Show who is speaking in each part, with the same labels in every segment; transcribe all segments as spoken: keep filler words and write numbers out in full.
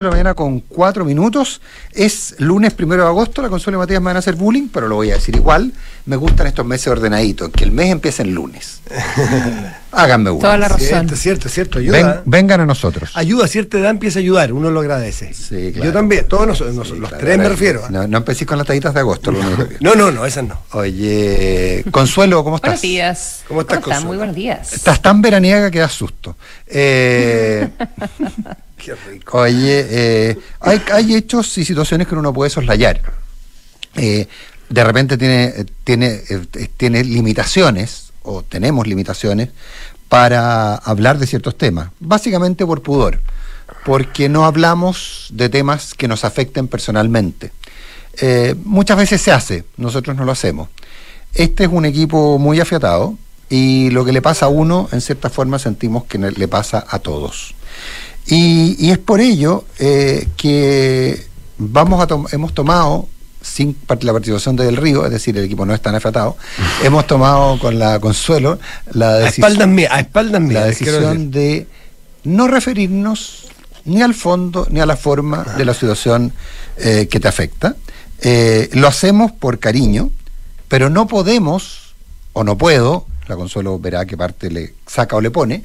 Speaker 1: La mañana con cuatro minutos. Es lunes primero de agosto. La Consuelo y Matías me van a hacer bullying, pero lo voy a decir igual. Me gustan estos meses ordenaditos, que el mes empiece en lunes. Háganme bullying.
Speaker 2: Toda la razón.
Speaker 3: Cierto, cierto, cierto. Ayuda.
Speaker 1: Ven, vengan a nosotros.
Speaker 3: Ayuda, a cierta edad empieza a ayudar, uno lo agradece.
Speaker 1: Sí, claro.
Speaker 3: Yo también, todos nosotros, nos,
Speaker 1: Sí,
Speaker 3: los
Speaker 1: claro,
Speaker 3: tres me
Speaker 1: ahora,
Speaker 3: refiero.
Speaker 1: No, no empecéis con las tallitas de agosto. Lo único que pido.
Speaker 3: No, no, no, esas no.
Speaker 1: Oye, Consuelo, ¿cómo estás?
Speaker 2: Buenos días.
Speaker 3: ¿Cómo estás,
Speaker 2: están?
Speaker 3: Consuelo?
Speaker 2: Muy buenos días.
Speaker 1: Estás tan veraniega que da susto. Eh...
Speaker 3: Qué rico.
Speaker 1: Oye, eh, hay, hay hechos y situaciones que uno no puede soslayar. Eh, de repente tiene, tiene, eh, tiene limitaciones, o tenemos limitaciones, para hablar de ciertos temas. Básicamente por pudor, porque no hablamos de temas que nos afecten personalmente. Eh, muchas veces se hace, nosotros no lo hacemos. Este es un equipo muy afiatado, y lo que le pasa a uno, en cierta forma, sentimos que le pasa a todos. Y, y es por ello eh, que vamos a to- hemos tomado, sin part- la participación de Del Río, es decir, el equipo no es tan afiatado, hemos tomado con la Consuelo la,
Speaker 3: A
Speaker 1: deci-
Speaker 3: espaldas mías, a espaldas mías.
Speaker 1: la
Speaker 3: les quiero
Speaker 1: decisión
Speaker 3: decir.
Speaker 1: de no referirnos ni al fondo ni a la forma de la situación eh, que te afecta. Eh, lo hacemos por cariño, pero no podemos, o no puedo, la Consuelo verá qué parte le saca o le pone,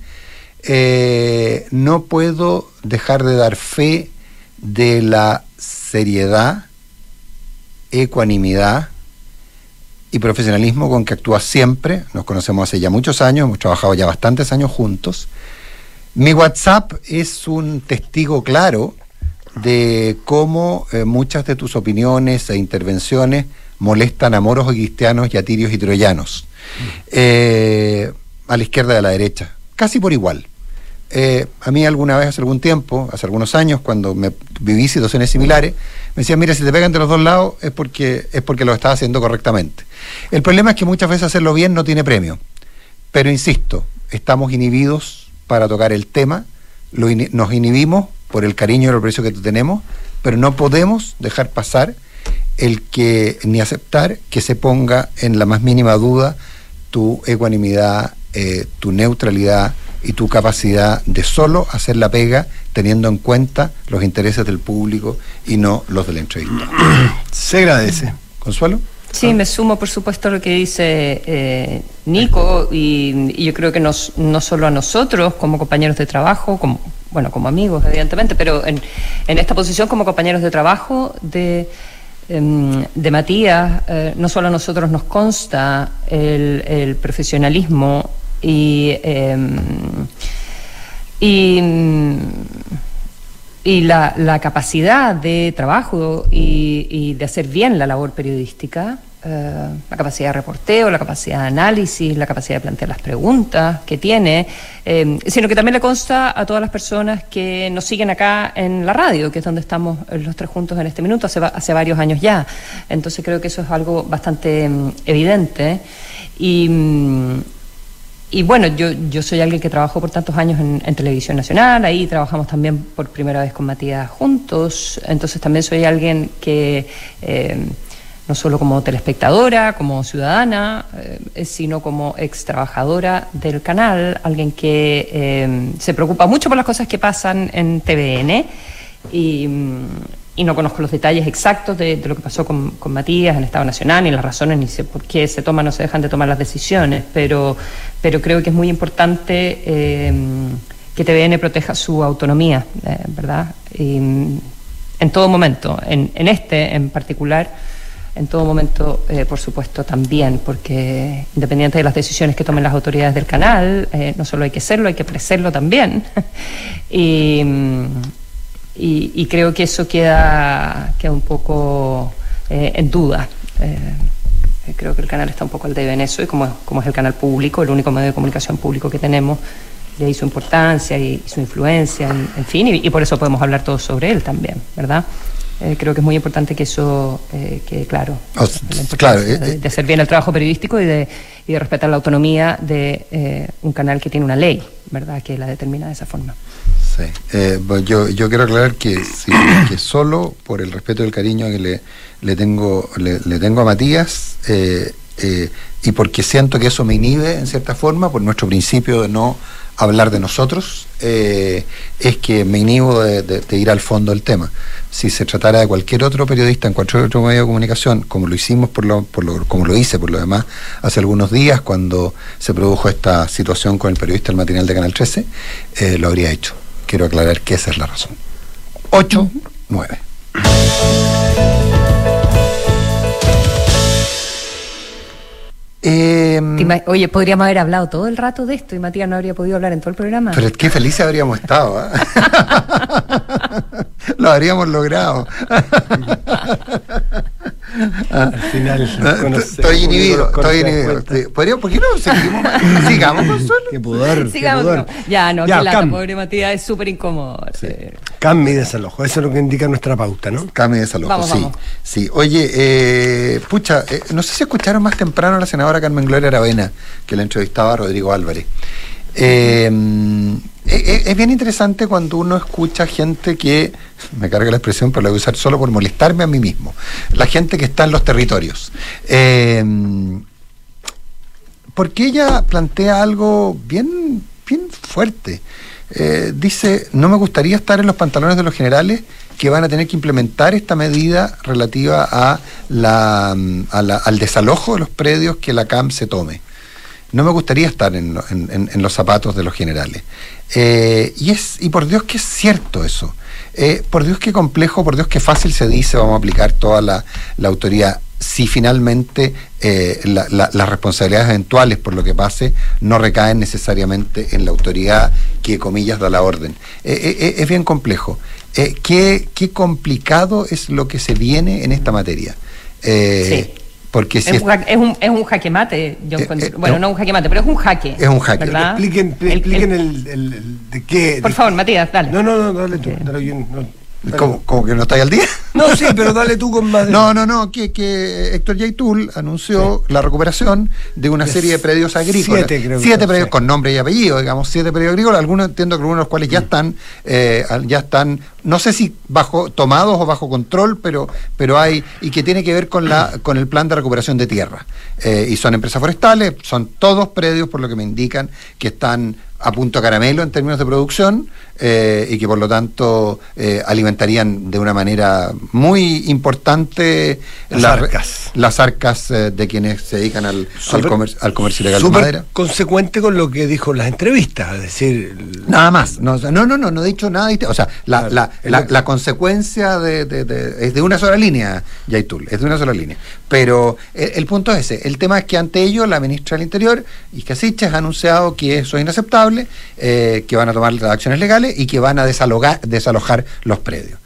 Speaker 1: Eh, no puedo dejar de dar fe de la seriedad, ecuanimidad y profesionalismo con que actúa siempre. Nos conocemos hace ya muchos años, hemos trabajado ya bastantes años juntos. Mi WhatsApp es un testigo claro de cómo eh, muchas de tus opiniones e intervenciones molestan a moros y cristianos y a tirios y troyanos, eh, a la izquierda y a la derecha, casi por igual. Eh, a mí alguna vez, hace algún tiempo, hace algunos años, cuando me viví situaciones similares, me decían, mira, si te pegan de los dos lados es porque, es porque lo estás haciendo correctamente. El problema es que muchas veces hacerlo bien no tiene premio, pero insisto, estamos inhibidos para tocar el tema, lo in- nos inhibimos por el cariño y el aprecio que te tenemos, pero no podemos dejar pasar el que, ni aceptar que se ponga en la más mínima duda tu ecuanimidad, eh, tu neutralidad y tu capacidad de solo hacer la pega teniendo en cuenta los intereses del público y no los del entrevistado.
Speaker 3: Se agradece.
Speaker 1: ¿Consuelo?
Speaker 2: Sí, me sumo por supuesto a lo que dice eh, Nico, y, y yo creo que nos, no solo a nosotros como compañeros de trabajo, como, bueno, como amigos evidentemente, pero en, en esta posición como compañeros de trabajo de, em, de Matías, eh, no solo a nosotros nos consta el, el profesionalismo y, eh, y, y la, la capacidad de trabajo y, y de hacer bien la labor periodística, eh, la capacidad de reporteo, la capacidad de análisis, la capacidad de plantear las preguntas que tiene, eh, sino que también le consta a todas las personas que nos siguen acá en la radio, que es donde estamos los tres juntos en este minuto, hace, hace varios años ya. Entonces creo que eso es algo bastante um, evidente. Y... Um, Y bueno, yo, yo soy alguien que trabajó por tantos años en, en Televisión Nacional, ahí trabajamos también por primera vez con Matías juntos, entonces también soy alguien que, eh, no solo como telespectadora, como ciudadana, eh, sino como ex trabajadora del canal, alguien que eh, se preocupa mucho por las cosas que pasan en T V N, y... y no conozco los detalles exactos de, de lo que pasó con, con Matías en Estado Nacional, ni las razones, ni sé por qué se toman o se dejan de tomar las decisiones, pero, pero creo que es muy importante eh, que T V N proteja su autonomía, eh, ¿verdad? Y, en todo momento, en, en este en particular, en todo momento, eh, por supuesto, también, porque independiente de las decisiones que tomen las autoridades del canal, eh, no solo hay que serlo, hay que preserlo también. y... Y, y creo que eso queda, queda un poco eh, en duda. Eh, creo que el canal está un poco al debe en eso, y como, como es el canal público, el único medio de comunicación público que tenemos, de ahí su importancia y, y su influencia, en, en fin, y, y por eso podemos hablar todos sobre él también, ¿verdad? Eh, creo que es muy importante que eso eh, quede claro,
Speaker 1: Oh, claro eh,
Speaker 2: de, de hacer bien el trabajo periodístico y de, y de respetar la autonomía de eh, un canal que tiene una ley, ¿verdad?, que la determina de esa forma.
Speaker 1: Sí. Eh, yo, yo quiero aclarar que, sí, que solo por el respeto y el cariño que le, le, tengo, le, le tengo a Matías, eh, eh, y porque siento que eso me inhibe en cierta forma, por nuestro principio de no hablar de nosotros, eh, es que me inhibo de, de, de ir al fondo del tema. Si se tratara de cualquier otro periodista en cualquier otro medio de comunicación, como lo hicimos, por lo, por lo, como lo hice por lo demás hace algunos días cuando se produjo esta situación con el periodista del matinal de Canal trece, eh, lo habría hecho. Quiero aclarar que esa es la razón. ocho, nueve. Eh,
Speaker 2: Oye, podríamos haber hablado todo el rato de esto y Matías no habría podido hablar en todo el programa.
Speaker 1: Pero qué felices habríamos estado, ¿eh? Lo habríamos logrado.
Speaker 3: Al final,
Speaker 1: estoy inhibido, estoy inhibido. Sí. ¿Podríamos, ¿Por qué no seguimos? Sigamos, Consuelo.
Speaker 3: Qué pudor.
Speaker 2: Sigamos,
Speaker 3: qué pudor.
Speaker 2: No. Ya, no,
Speaker 3: ya,
Speaker 2: que lata,
Speaker 3: Cam.
Speaker 2: pobre Matías, es súper incómodo.
Speaker 3: Sí. Cam y desalojo, eso es lo que indica nuestra pauta, ¿no?
Speaker 1: Cam y desalojo,
Speaker 2: vamos,
Speaker 1: sí.
Speaker 2: Vamos.
Speaker 1: Sí, oye, eh, pucha, eh, no sé si escucharon más temprano a la senadora Carmen Gloria Aravena, que la entrevistaba a Rodrigo Álvarez. Eh, eh, es bien interesante cuando uno escucha gente que, me carga la expresión, pero la voy a usar solo por molestarme a mí mismo, la gente que está en los territorios. Eh, porque ella plantea algo bien, bien fuerte. Eh, dice, no me gustaría estar en los pantalones de los generales que van a tener que implementar esta medida relativa a la, a la, al desalojo de los predios que la C A M se tome. No me gustaría estar en, en, en los zapatos de los generales. Eh, y es y por Dios que es cierto eso. Eh, por Dios que complejo, por Dios que fácil se dice, vamos a aplicar toda la, la autoridad. Si finalmente eh, la, la, las responsabilidades eventuales por lo que pase no recaen necesariamente en la autoridad que, comillas, da la orden. Eh, eh, es bien complejo. Eh, ¿qué, qué complicado es lo que se viene en esta materia? Eh,
Speaker 2: sí.
Speaker 1: Porque si
Speaker 2: es, un, es, un, es un jaque mate, yo
Speaker 1: eh, eh,
Speaker 2: bueno,
Speaker 1: no,
Speaker 2: no un jaque mate, pero es un jaque.
Speaker 1: Es un jaque.
Speaker 2: ¿Verdad?
Speaker 3: Expliquen,
Speaker 2: el,
Speaker 3: expliquen
Speaker 2: el,
Speaker 3: el, el, el de qué.
Speaker 2: Por
Speaker 3: de,
Speaker 2: favor, Matías, dale.
Speaker 3: No, no, no, dale tú. Dale, yo, no, dale.
Speaker 1: ¿Cómo, ¿Cómo que no estáis al día?
Speaker 3: No, sí, pero dale tú con más de...
Speaker 1: No, no, no, que, que Héctor Yaitul anunció sí. la recuperación de una serie de predios agrícolas.
Speaker 3: Siete, creo que
Speaker 1: Siete
Speaker 3: son,
Speaker 1: predios
Speaker 3: sí.
Speaker 1: con nombre y apellido, digamos, siete predios agrícolas. Algunos entiendo que algunos de los cuales ya están, eh, ya están, no sé si bajo tomados o bajo control, pero, pero hay, y que tiene que ver con la, con el plan de recuperación de tierra. Eh, y son empresas forestales, son todos predios, por lo que me indican, que están a punto caramelo en términos de producción eh, y que por lo tanto eh, alimentarían de una manera muy importante
Speaker 3: las
Speaker 1: la,
Speaker 3: arcas,
Speaker 1: las arcas eh, de quienes se dedican al, al, comer, al comercio ilegal de madera.
Speaker 3: Consecuente con lo que dijo en las entrevistas, es decir...
Speaker 1: Nada más, no, no, no, no, no he dicho nada, o sea, la,
Speaker 3: claro,
Speaker 1: la, la, la consecuencia de, de, de, es de una sola línea, Yaitul, es de una sola línea, pero el, el punto es ese, el tema es que ante ello la ministra del Interior, Isca Siches, ha anunciado que eso es inaceptable, Eh, que van a tomar las acciones legales y que van a desalogar, desalojar los predios.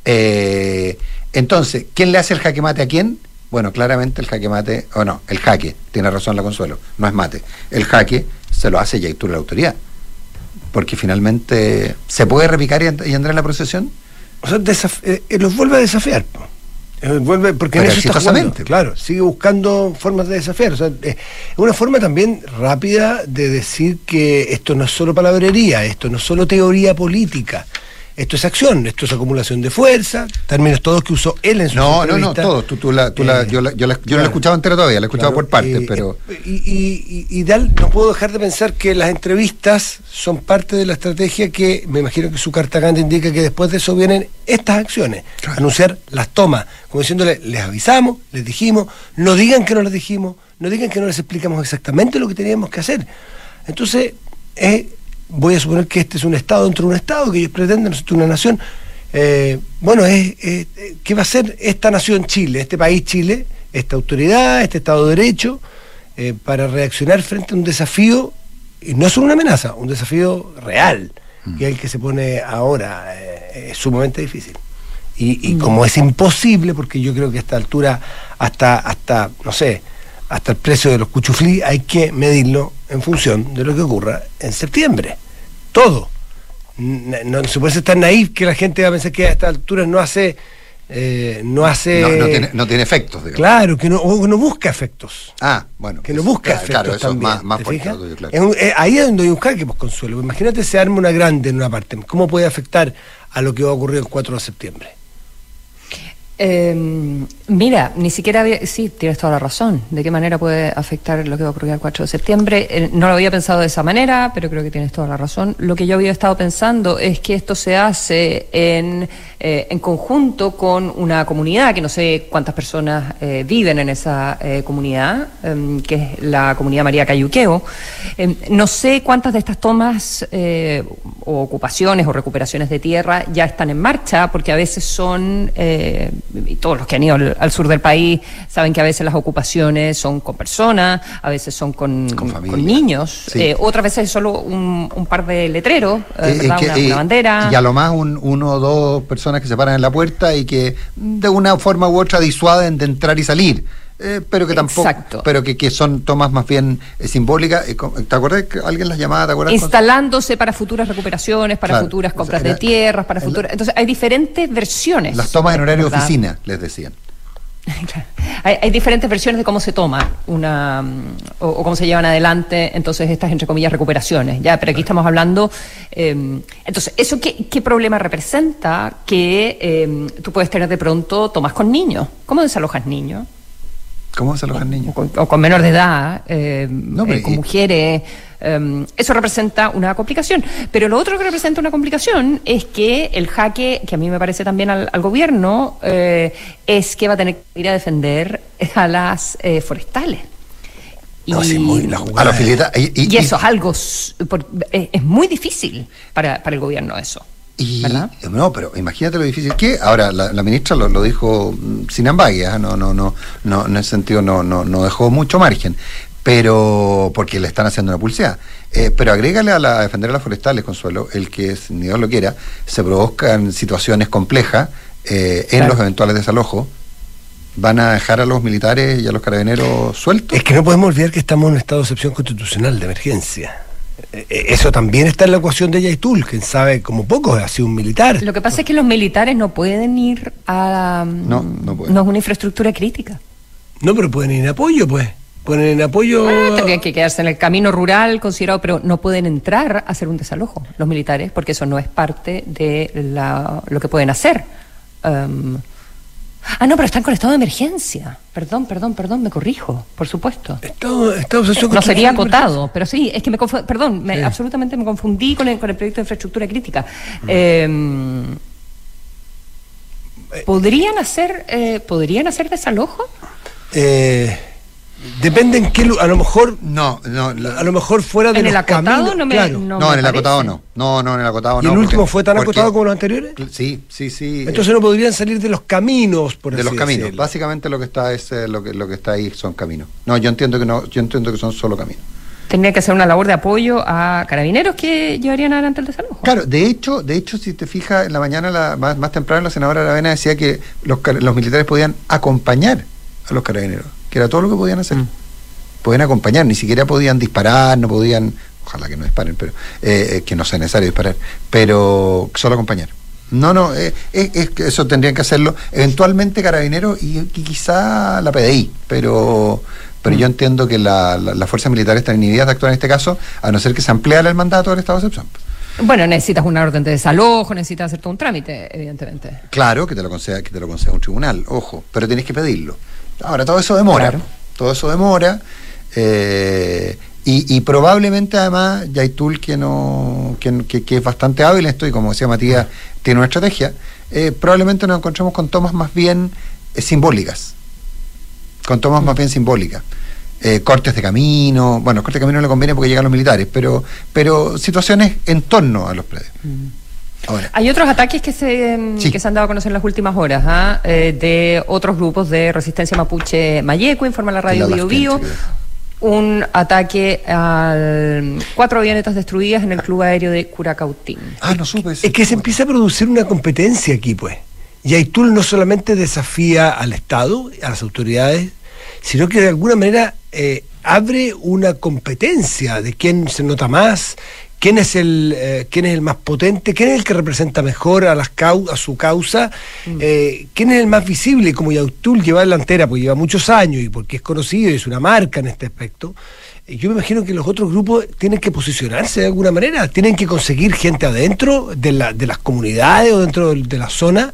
Speaker 1: Eh, entonces, ¿quién le hace el jaque mate a quién? Bueno, claramente el jaque mate, o no, el jaque, tiene razón la Consuelo, no es mate. El jaque se lo hace Yaitul la autoridad. Porque finalmente, ¿se puede repicar y, y andar en la procesión?
Speaker 3: O sea, desaf- eh, los vuelve a desafiar, po. Vuelve, porque
Speaker 1: Pero
Speaker 3: en eso está jugando, claro, sigue buscando formas de desafiar. O sea, es una forma también rápida de decir que esto no es solo palabrería, esto no es solo teoría política, esto es acción, esto es acumulación de fuerza, términos todos que usó él en su
Speaker 1: No, no,
Speaker 3: entrevista.
Speaker 1: no, todos. Tú, tú la, tú eh, la, yo la, yo la, yo claro, no la he escuchado entera todavía, la he escuchado
Speaker 3: claro,
Speaker 1: por partes,
Speaker 3: eh,
Speaker 1: pero...
Speaker 3: Y, y, y, y Dal, no puedo dejar de pensar que las entrevistas son parte de la estrategia que, me imagino que su carta grande indica que después de eso vienen estas acciones, claro. Anunciar las tomas, como diciéndole, les avisamos, les dijimos, no digan que no les dijimos, no digan que no les explicamos exactamente lo que teníamos que hacer. Entonces, eh, voy a suponer que este es un Estado dentro de un Estado, que ellos pretenden, ¿no es una nación? Eh, bueno, es, es, ¿qué va a hacer esta nación Chile, este país Chile, esta autoridad, este Estado de Derecho, eh, para reaccionar frente a un desafío, y no es solo una amenaza, un desafío real, mm. que es el que se pone ahora, eh, es sumamente difícil. Y, y mm. como es imposible, porque yo creo que a esta altura, hasta, hasta no sé, hasta el precio de los cuchuflí hay que medirlo en función de lo que ocurra en septiembre. Todo. No, no se puede ser tan naif que la gente va a pensar que a estas alturas no hace eh, no hace
Speaker 1: no, no, tiene, no tiene efectos, digamos.
Speaker 3: Claro, que no, o que no busca efectos.
Speaker 1: Ah, bueno,
Speaker 3: que no busca
Speaker 1: claro,
Speaker 3: efectos,
Speaker 1: claro, eso
Speaker 3: también,
Speaker 1: es más, más fuerte, claro.
Speaker 3: Es un, eh, ahí es donde hay un jaque, pues, Consuelo. Imagínate se arma una grande en una parte, ¿cómo puede afectar a lo que va a ocurrir el cuatro de septiembre?
Speaker 2: Eh, Mira, ni siquiera había, sí, tienes toda la razón. ¿De qué manera puede afectar lo que va a ocurrir el cuatro de septiembre? Eh, no lo había pensado de esa manera, pero creo que tienes toda la razón. Lo que yo había estado pensando es que esto se hace en, eh, en conjunto con una comunidad, que no sé cuántas personas eh, viven en esa eh, comunidad, eh, que es la comunidad María Cayuqueo. Eh, no sé cuántas de estas tomas eh, o ocupaciones o recuperaciones de tierra ya están en marcha, porque a veces son, eh, y todos los que han ido al al sur del país saben que a veces las ocupaciones son con personas, a veces son con,
Speaker 1: con,
Speaker 2: con niños, sí. eh, otras veces es solo un, un par de letreros, eh,
Speaker 1: eh, que,
Speaker 2: una,
Speaker 1: eh,
Speaker 2: una bandera.
Speaker 1: Y a lo más un, uno o dos personas que se paran en la puerta y que de una forma u otra disuaden de entrar y salir. Eh, pero que tampoco,
Speaker 2: Exacto.
Speaker 1: pero que, que son tomas más bien eh, simbólicas. Eh, ¿Te acuerdas que alguien las llamaba? ¿Te acuerdas?
Speaker 2: Instalándose para futuras recuperaciones, para
Speaker 1: claro,
Speaker 2: futuras compras
Speaker 1: o sea,
Speaker 2: de tierras, para futuras. Entonces hay diferentes versiones.
Speaker 1: Las tomas en horario de
Speaker 2: ¿verdad?
Speaker 1: Oficina, les decían.
Speaker 2: Claro. Hay, hay diferentes versiones de cómo se toma una o, o cómo se llevan adelante entonces estas entre comillas recuperaciones, ya, pero aquí estamos hablando eh, entonces, ¿eso qué, qué problema representa? Que eh, tú puedes tener de pronto tomas con niños. ¿Cómo desalojas niños?
Speaker 1: ¿Cómo desalojan niños?
Speaker 2: O con, o con menor de edad, eh,
Speaker 1: no,
Speaker 2: eh, con y... mujeres. Um, eso representa una complicación. Pero lo otro que representa una complicación es que el jaque, que a mí me parece también al, al gobierno, eh, es que va a tener que ir a defender a las eh, forestales.
Speaker 1: No,
Speaker 2: y,
Speaker 1: sí, muy la jugada. A la fileta, y, y,
Speaker 2: y eso y, es algo, por, es, es muy difícil para, para el gobierno eso.
Speaker 1: Y,
Speaker 2: ¿verdad?
Speaker 1: No, pero imagínate lo difícil que ahora la, la ministra lo, lo dijo sin ambagues, no, no, no, no, en ese sentido no, no, no dejó mucho margen, pero porque le están haciendo una pulseada. Eh, pero agrégale a, la, a defender a las forestales, Consuelo, el que, ni Dios lo quiera, se produzcan situaciones complejas eh, en claro. los eventuales desalojos. ¿Van a dejar a los militares y a los carabineros sueltos?
Speaker 3: Es que no podemos olvidar que estamos en un estado de excepción constitucional de emergencia. Eso también está en la ecuación de Yaitul, quien sabe como poco ha sido un militar.
Speaker 2: Lo que pasa es que los militares no pueden ir a...
Speaker 1: No, no pueden.
Speaker 2: No es una infraestructura crítica.
Speaker 3: No, pero pueden ir en apoyo, pues. Pueden en apoyo...
Speaker 2: Ah, tendrían que quedarse en el camino rural considerado, pero no pueden entrar a hacer un desalojo los militares, porque eso no es parte de la, lo que pueden hacer. Um, Ah, no, pero están con estado de emergencia. Perdón, perdón, perdón, me corrijo, por supuesto.
Speaker 3: Estado, estado
Speaker 2: no sería acotado, pero sí, es que me confundí, perdón, me,
Speaker 3: sí.
Speaker 2: absolutamente me confundí con el, con el proyecto de infraestructura crítica. Mm. Eh, ¿Podrían hacer, eh, ¿podrían hacer desalojo?
Speaker 3: Eh... Depende en qué lugar, a lo mejor
Speaker 1: no, no,
Speaker 3: a lo mejor fuera de
Speaker 2: en
Speaker 3: los
Speaker 2: el acotado
Speaker 3: caminos,
Speaker 2: no me,
Speaker 3: claro.
Speaker 2: no,
Speaker 1: no
Speaker 2: me
Speaker 1: en el
Speaker 2: parece.
Speaker 1: acotado no, no, no en el acotado
Speaker 3: ¿Y
Speaker 1: no.
Speaker 3: el último
Speaker 1: porque,
Speaker 3: fue tan
Speaker 1: porque,
Speaker 3: acotado como los anteriores?
Speaker 1: Sí, sí, sí.
Speaker 3: Entonces no podrían salir de los caminos, por
Speaker 1: de
Speaker 3: así
Speaker 1: los caminos.
Speaker 3: decirlo.
Speaker 1: Básicamente lo que está es eh, lo que lo que está ahí son caminos. No, yo entiendo que no, yo entiendo que son solo caminos.
Speaker 2: Tendría que hacer una labor de apoyo a carabineros que llevarían adelante el desalojo.
Speaker 1: Claro, de hecho, de hecho, si te fijas, en la mañana, la, más, más temprano, la senadora Aravena decía que los, los militares podían acompañar a los carabineros, que era todo lo que podían hacer. Mm. Podían acompañar, ni siquiera podían disparar, no podían, ojalá que no disparen, pero eh, que no sea necesario disparar, pero solo acompañar. No, no, eh, es, es que eso tendrían que hacerlo eventualmente Carabineros y, y quizá la P D I, pero pero mm. yo entiendo que la, la, las fuerzas militares están inhibidas de actuar en este caso, a no ser que se ampliara el mandato del estado de excepción.
Speaker 2: Bueno, necesitas una orden de desalojo, necesitas hacer todo un trámite, evidentemente.
Speaker 1: Claro, que te lo conceda, que te lo conceda un tribunal, ojo, pero tienes que pedirlo. Ahora, todo eso demora, claro. todo eso demora. Eh, y, y probablemente además Yaitul, que no que, que, que es bastante hábil en esto y como decía Matías tiene una estrategia, eh, probablemente nos encontremos con tomas más bien eh, simbólicas con tomas mm. más bien simbólicas eh, cortes de camino, bueno, cortes de camino no le conviene porque llegan los militares, pero pero situaciones en torno a los predios. mm. Ahora.
Speaker 2: Hay otros ataques que se, sí. que se han dado a conocer en las últimas horas, ¿eh? Eh, de otros grupos de resistencia mapuche Mayeco, informa la radio Bio Bio. Un ataque a cuatro avionetas destruidas en el club aéreo de Curacautín.
Speaker 3: Ah, no supe eso. Es que se empieza a producir una competencia aquí, pues. Yaitul no solamente desafía al Estado, a las autoridades, sino que de alguna manera eh, abre una competencia de quién se nota más, quién es el eh, quién es el más potente, quién es el que representa mejor a las cau a su causa, mm. eh, quién es el más visible. Como Yaitul lleva delantera, porque lleva muchos años y porque es conocido y es una marca en este aspecto, eh, yo me imagino que los otros grupos tienen que posicionarse de alguna manera, tienen que conseguir gente adentro de, la, de las comunidades o dentro de, de la zona,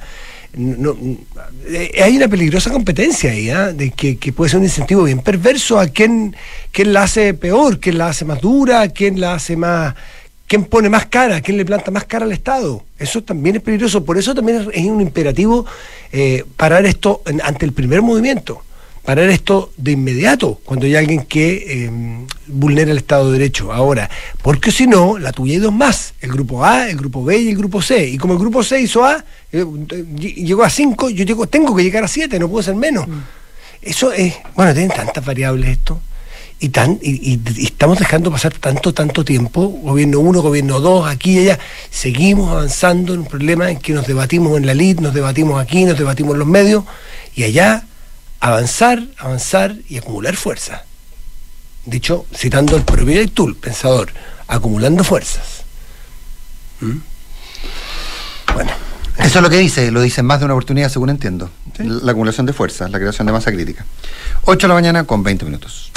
Speaker 3: no, eh, hay una peligrosa competencia ahí, ¿eh? De que, que puede ser un incentivo bien perverso a quien, quien la hace peor, quien la hace más dura, quien la hace más, quien pone más cara, quien le planta más cara al Estado. Eso también es peligroso, por eso también es, es un imperativo eh, parar esto en, ante el primer movimiento. Parar esto de inmediato, cuando hay alguien que eh, vulnera el Estado de Derecho. Ahora, porque si no, la tuya hay dos más, el grupo A, el grupo B y el grupo C. Y como el grupo C hizo A, eh, llegó a cinco, yo llego, tengo que llegar a siete, no puedo ser menos. Mm. Eso es, bueno, tienen tantas variables esto, y, tan, y, y, y estamos dejando pasar tanto, tanto tiempo, gobierno uno, gobierno dos, aquí y allá. Seguimos avanzando en un problema en que nos debatimos en la L I D, nos debatimos aquí, nos debatimos en los medios, y allá avanzar, avanzar y acumular fuerza. Dicho, citando al propio Eitul, pensador, acumulando fuerzas. ¿Mm? Bueno.
Speaker 1: Eso es lo que dice, lo dice en más de una oportunidad, según entiendo. ¿Sí? La acumulación de fuerzas, la creación de masa crítica. ocho de la mañana con veinte minutos.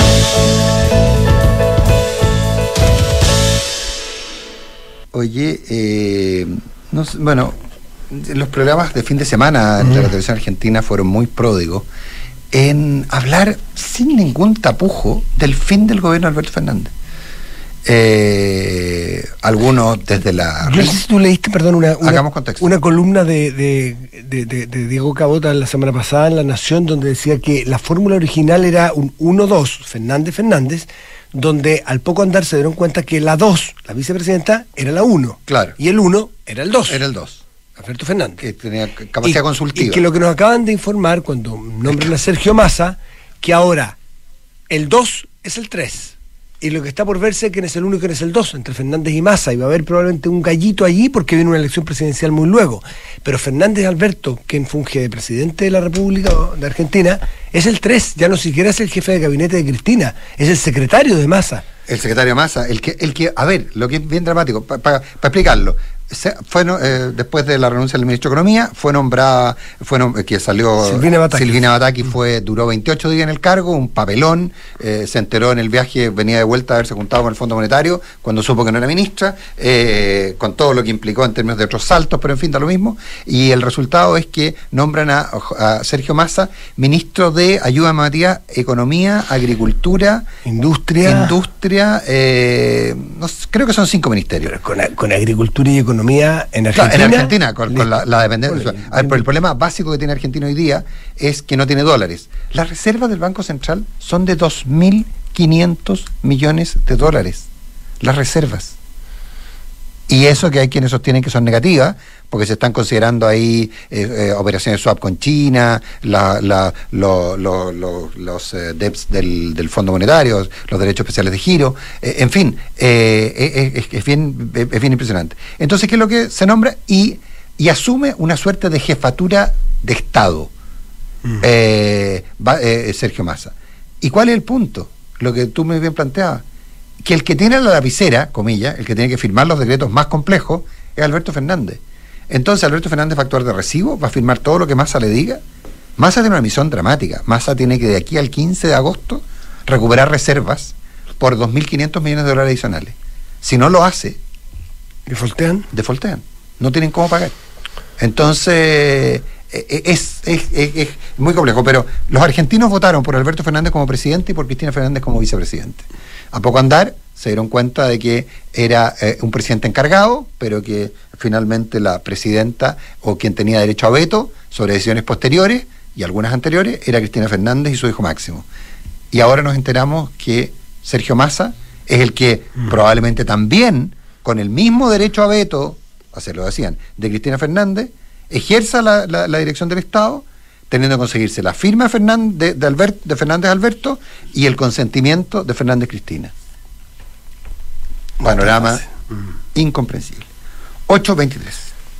Speaker 1: Oye, eh, no sé, bueno, los programas de fin de semana mm. de la televisión argentina fueron muy pródigos en hablar sin ningún tapujo del fin del gobierno de Alberto Fernández. Eh, algunos desde la...
Speaker 3: Yo no sé si tú leíste, perdón, una, una,
Speaker 1: hagamos contexto.
Speaker 3: una columna de, de, de, de, de Diego Cabota la semana pasada en La Nación, donde decía que la fórmula original era un uno dos, Fernández Fernández, donde al poco andar se dieron cuenta que la dos, la vicepresidenta, era la uno.
Speaker 1: Claro.
Speaker 3: Y el uno era el dos.
Speaker 1: Era el dos.
Speaker 3: Alberto Fernández.
Speaker 1: Que tenía capacidad
Speaker 3: y,
Speaker 1: consultiva.
Speaker 3: Y que lo que nos acaban de informar cuando nombran a Sergio Massa, que ahora el dos es el tres. Y lo que está por verse es quién es el uno y quién es el dos, entre Fernández y Massa. Y va a haber probablemente un gallito allí porque viene una elección presidencial muy luego. Pero Fernández Alberto, quien funge de presidente de la República de Argentina, es el tres. Ya no siquiera es el jefe de gabinete de Cristina, es el secretario de Massa.
Speaker 1: El secretario Massa, el que, el que, a ver, lo que es bien dramático, para pa, pa explicarlo, se, fue eh, después de la renuncia del ministro de Economía, fue nombrada, fue nom que salió
Speaker 3: Silvina Bataki,
Speaker 1: Silvina Bataki fue, duró veintiocho días en el cargo, un papelón, eh, se enteró en el viaje, venía de vuelta a haberse juntado con el Fondo Monetario, cuando supo que no era ministra, eh, con todo lo que implicó en términos de otros saltos, pero en fin, da lo mismo, y el resultado es que nombran a, a Sergio Massa ministro de Ayuda Matías, Economía, Agricultura,
Speaker 3: Industria,
Speaker 1: Industria, eh, no sé, creo que son cinco ministerios.
Speaker 3: Pero con, con Agricultura y Economía en Argentina.
Speaker 1: Claro, en Argentina, con, con la, la dependencia. Bueno, a ver, pero el problema básico que tiene Argentina hoy día es que no tiene dólares. Las reservas del Banco Central son de dos mil quinientos millones de dólares. Las reservas. Y eso que hay quienes sostienen que son negativas, porque se están considerando ahí eh, eh, operaciones swap con China, la, la, lo, lo, lo, los eh, D E Ps del, del Fondo Monetario, los derechos especiales de giro, eh, en fin, eh, es, es, bien, es bien impresionante. Entonces, ¿qué es lo que se nombra? Y, y asume una suerte de jefatura de Estado, mm. eh, va, eh, Sergio Massa. ¿Y cuál es el punto? Lo que tú muy bien planteabas, que el que tiene la lapicera, comillas, el que tiene que firmar los decretos más complejos, es Alberto Fernández. Entonces Alberto Fernández va a actuar de recibo, va a firmar todo lo que Massa le diga. Massa tiene una misión dramática. Massa tiene que de aquí al quince de agosto recuperar reservas por dos mil quinientos millones de dólares adicionales. Si no lo hace,
Speaker 3: ¿defoltean?
Speaker 1: Defoltean. No tienen cómo pagar. Entonces es, es, es, es muy complejo, pero los argentinos votaron por Alberto Fernández como presidente y por Cristina Fernández como vicepresidente. A poco andar se dieron cuenta de que era eh, un presidente encargado, pero que finalmente la presidenta o quien tenía derecho a veto sobre decisiones posteriores y algunas anteriores era Cristina Fernández y su hijo Máximo. Y ahora nos enteramos que Sergio Massa es el que mm. probablemente también, con el mismo derecho a veto, así lo decían, de Cristina Fernández, ejerza la, la, la dirección del Estado, teniendo que conseguirse la firma de, Fernández, de, de, Albert, de Fernández Alberto y el consentimiento de Fernández Cristina. Panorama mm. incomprensible. ocho veintitrés.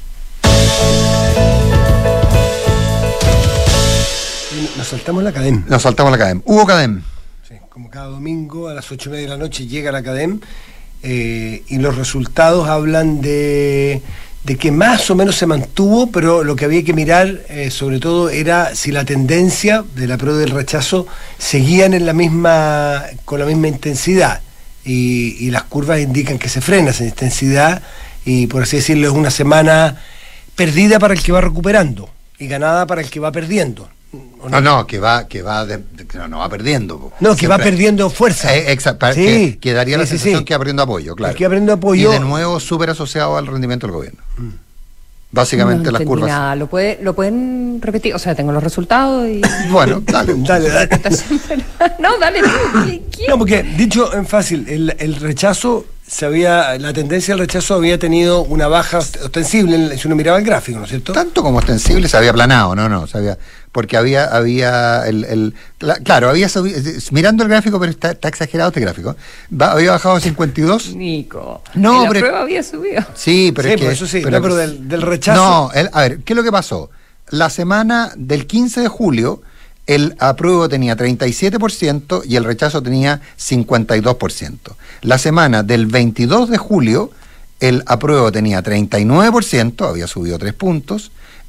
Speaker 3: Nos saltamos la Cadem.
Speaker 1: Nos saltamos la Cadem. Hubo Cadem.
Speaker 3: Sí, como cada domingo a las ocho y media de la noche llega la Cadem eh, y los resultados hablan de... de que más o menos se mantuvo, pero lo que había que mirar eh, sobre todo era si la tendencia de la prueba del rechazo seguían en la misma, con la misma intensidad, y, y las curvas indican que se frena esa intensidad, y por así decirlo es una semana perdida para el que va recuperando, y ganada para el que va perdiendo.
Speaker 1: No, no, no, que va, que va, de, de, no, no va perdiendo. Po.
Speaker 3: No, que
Speaker 1: Siempre,
Speaker 3: va perdiendo fuerza.
Speaker 1: Eh, exacto,
Speaker 3: sí,
Speaker 1: que, que daría
Speaker 3: sí,
Speaker 1: la
Speaker 3: sí,
Speaker 1: sensación
Speaker 3: sí.
Speaker 1: que va perdiendo apoyo, claro.
Speaker 3: El que va perdiendo apoyo.
Speaker 1: Y de nuevo súper asociado al rendimiento del gobierno. Mm. Básicamente
Speaker 2: no
Speaker 1: las curvas.
Speaker 2: Nada. ¿Lo, puede, ¿Lo pueden repetir? O sea, tengo los resultados y...
Speaker 1: Bueno, dale.
Speaker 3: dale, dale.
Speaker 2: No, dale tú.
Speaker 3: No, porque dicho en fácil, el, el rechazo, se había, la tendencia al rechazo había tenido una baja ostensible, si uno miraba el gráfico, ¿no es cierto?
Speaker 1: Tanto como ostensible se había aplanado, no, no, se había, porque había, había el, el la, claro, había subido, mirando el gráfico, pero está, está exagerado este gráfico, va, había bajado a cincuenta y dos.
Speaker 2: Nico,
Speaker 1: no,
Speaker 2: la
Speaker 1: pero,
Speaker 2: prueba había subido.
Speaker 1: Sí, pero
Speaker 3: sí,
Speaker 1: es que,
Speaker 3: eso sí,
Speaker 1: pero,
Speaker 3: no, pero del, del rechazo.
Speaker 1: No, el, a ver, ¿qué es lo que pasó? La semana del quince de julio, el apruebo tenía treinta y siete por ciento y el rechazo tenía cincuenta y dos por ciento. La semana del veintidós de julio, el apruebo tenía treinta y nueve por ciento, había subido tres puntos,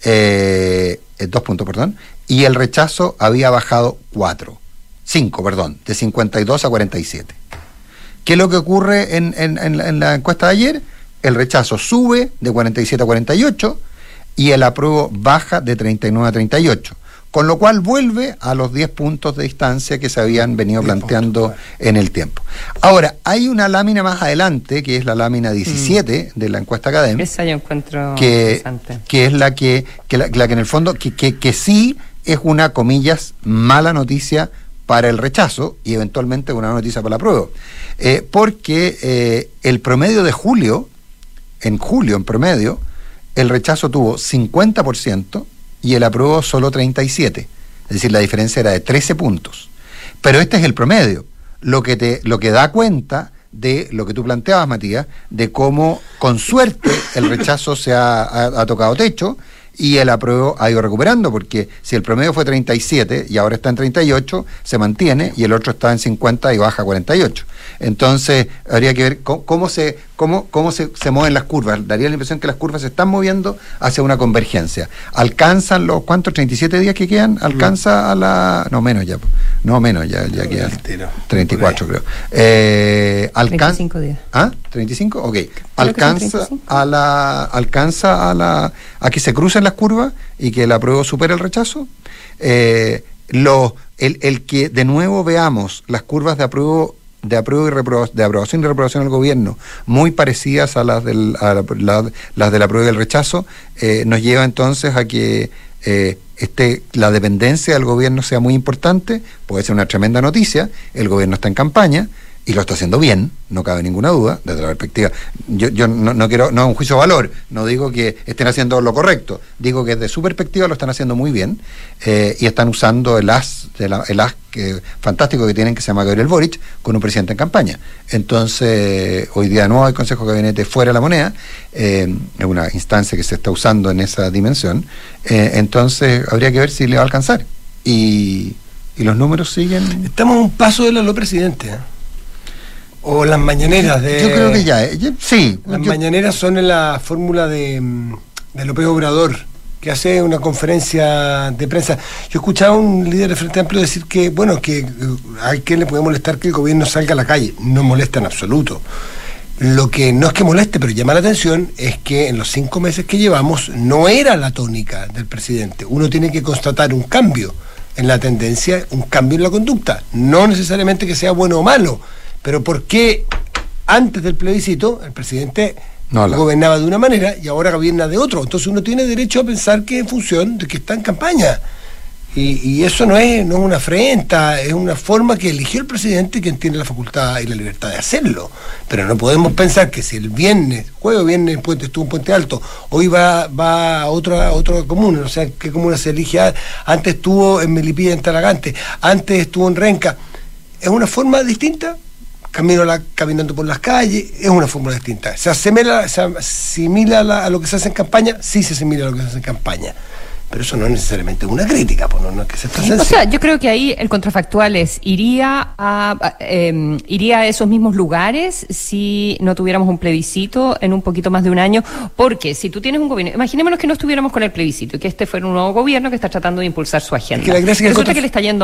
Speaker 1: eh, dos puntos, perdón, y el rechazo había bajado cuatro, cinco, perdón, de cincuenta y dos a cuarenta y siete. ¿Qué es lo que ocurre en, en, en, la, en la encuesta de ayer? El rechazo sube de cuarenta y siete a cuarenta y ocho y el apruebo baja de treinta y nueve a treinta y ocho. Con lo cual vuelve a los diez puntos de distancia que se habían venido planteando puntos, claro, en el tiempo. Ahora, hay una lámina más adelante, que es la lámina diecisiete mm. de la encuesta académica.
Speaker 2: Esa yo encuentro
Speaker 1: que,
Speaker 2: interesante. Que
Speaker 1: es la que, que, la, la que en el fondo, que, que, que sí es una, comillas, mala noticia para el rechazo y eventualmente una noticia para la apruebo. Eh, porque eh, el promedio de julio, en julio en promedio, el rechazo tuvo cincuenta por ciento, y el apruebo solo treinta y siete, es decir, la diferencia era de trece puntos. Pero este es el promedio, lo que te, lo que da cuenta de lo que tú planteabas, Matías, de cómo con suerte el rechazo se ha, ha, ha tocado techo y el apruebo ha ido recuperando, porque si el promedio fue treinta y siete y ahora está en treinta y ocho, se mantiene, y el otro está en cincuenta y baja a cuarenta y ocho. Entonces, habría que ver cómo, cómo, se, cómo, cómo se, se mueven las curvas. Daría la impresión que las curvas se están moviendo hacia una convergencia. ¿Alcanzan los cuántos? ¿treinta y siete días que quedan? ¿Alcanza a la...? No, menos ya. No, menos, ya, ya quedan treinta y cuatro, creo. Eh, alcan...
Speaker 2: treinta y cinco días.
Speaker 1: ¿Ah? ¿treinta y cinco? Ok. Alcanza a la... Alcanza a la... a que se crucen las curvas y que el apruebo supere el rechazo. Eh, lo, el, el que de nuevo veamos las curvas de apruebo de apruebo y reprobación, de aprobación y reprobación al gobierno muy parecidas a las del a la, la, las del apruebo y del rechazo, eh, nos lleva entonces a que eh, este, la dependencia del gobierno sea muy importante. Puede ser una tremenda noticia. El gobierno está en campaña y lo está haciendo bien, no cabe ninguna duda, desde la perspectiva. Yo, yo no, no quiero, no es un juicio de valor, no digo que estén haciendo lo correcto, digo que desde su perspectiva lo están haciendo muy bien, eh, y están usando el as, el as que, fantástico que tienen, que se llama Gabriel Boric, con un presidente en campaña. Entonces, hoy día no hay Consejo de Gabinete fuera de la moneda, eh, es una instancia que se está usando en esa dimensión, eh, entonces habría que ver si le va a alcanzar. Y, y los números siguen...
Speaker 3: Estamos a un paso de la lo presidente, ¿eh? O las mañaneras de...
Speaker 1: Yo creo que ya, eh, yo, sí.
Speaker 3: Las
Speaker 1: yo,
Speaker 3: mañaneras son en la fórmula de, de López Obrador, que hace una conferencia de prensa. Yo escuchaba a un líder del Frente Amplio decir que, bueno, que hay que le puede molestar que el gobierno salga a la calle. No molesta en absoluto. Lo que no es que moleste, pero llama la atención, es que en los cinco meses que llevamos no era la tónica del presidente. Uno tiene que constatar un cambio en la tendencia, un cambio en la conducta. No necesariamente que sea bueno o malo, pero ¿por qué antes del plebiscito el presidente no, la... gobernaba de una manera y ahora gobierna de otro? Entonces uno tiene derecho a pensar que en función de que está en campaña. Y, y eso no es, no es una afrenta, es una forma que eligió el presidente, quien tiene la facultad y la libertad de hacerlo. Pero no podemos pensar que si el viernes, jueves o viernes, Puente estuvo en Puente Alto, hoy va, va a otra, a otra comuna, o sea, ¿qué comuna se elige? Antes estuvo en Melipilla, en Talagante, antes estuvo en Renca. Es una forma distinta. Camino la, caminando por las calles, es una fórmula distinta. ¿Se asimila, se asimila la, a lo que se hace en campaña? Sí, se asimila a lo que se hace en campaña. Pero eso no es necesariamente una crítica, pues no, no es que se está
Speaker 2: sencillo. O sea, yo creo que ahí el contrafactual es, ¿iría a, a eh, iría a esos mismos lugares si no tuviéramos un plebiscito en un poquito más de un año? Porque si tú tienes un gobierno, imaginémonos que no estuviéramos con el plebiscito y que este fuera un nuevo gobierno que está tratando de impulsar su agenda.
Speaker 3: Es que la gracia
Speaker 2: Resulta
Speaker 3: que,
Speaker 2: que le está yendo mal.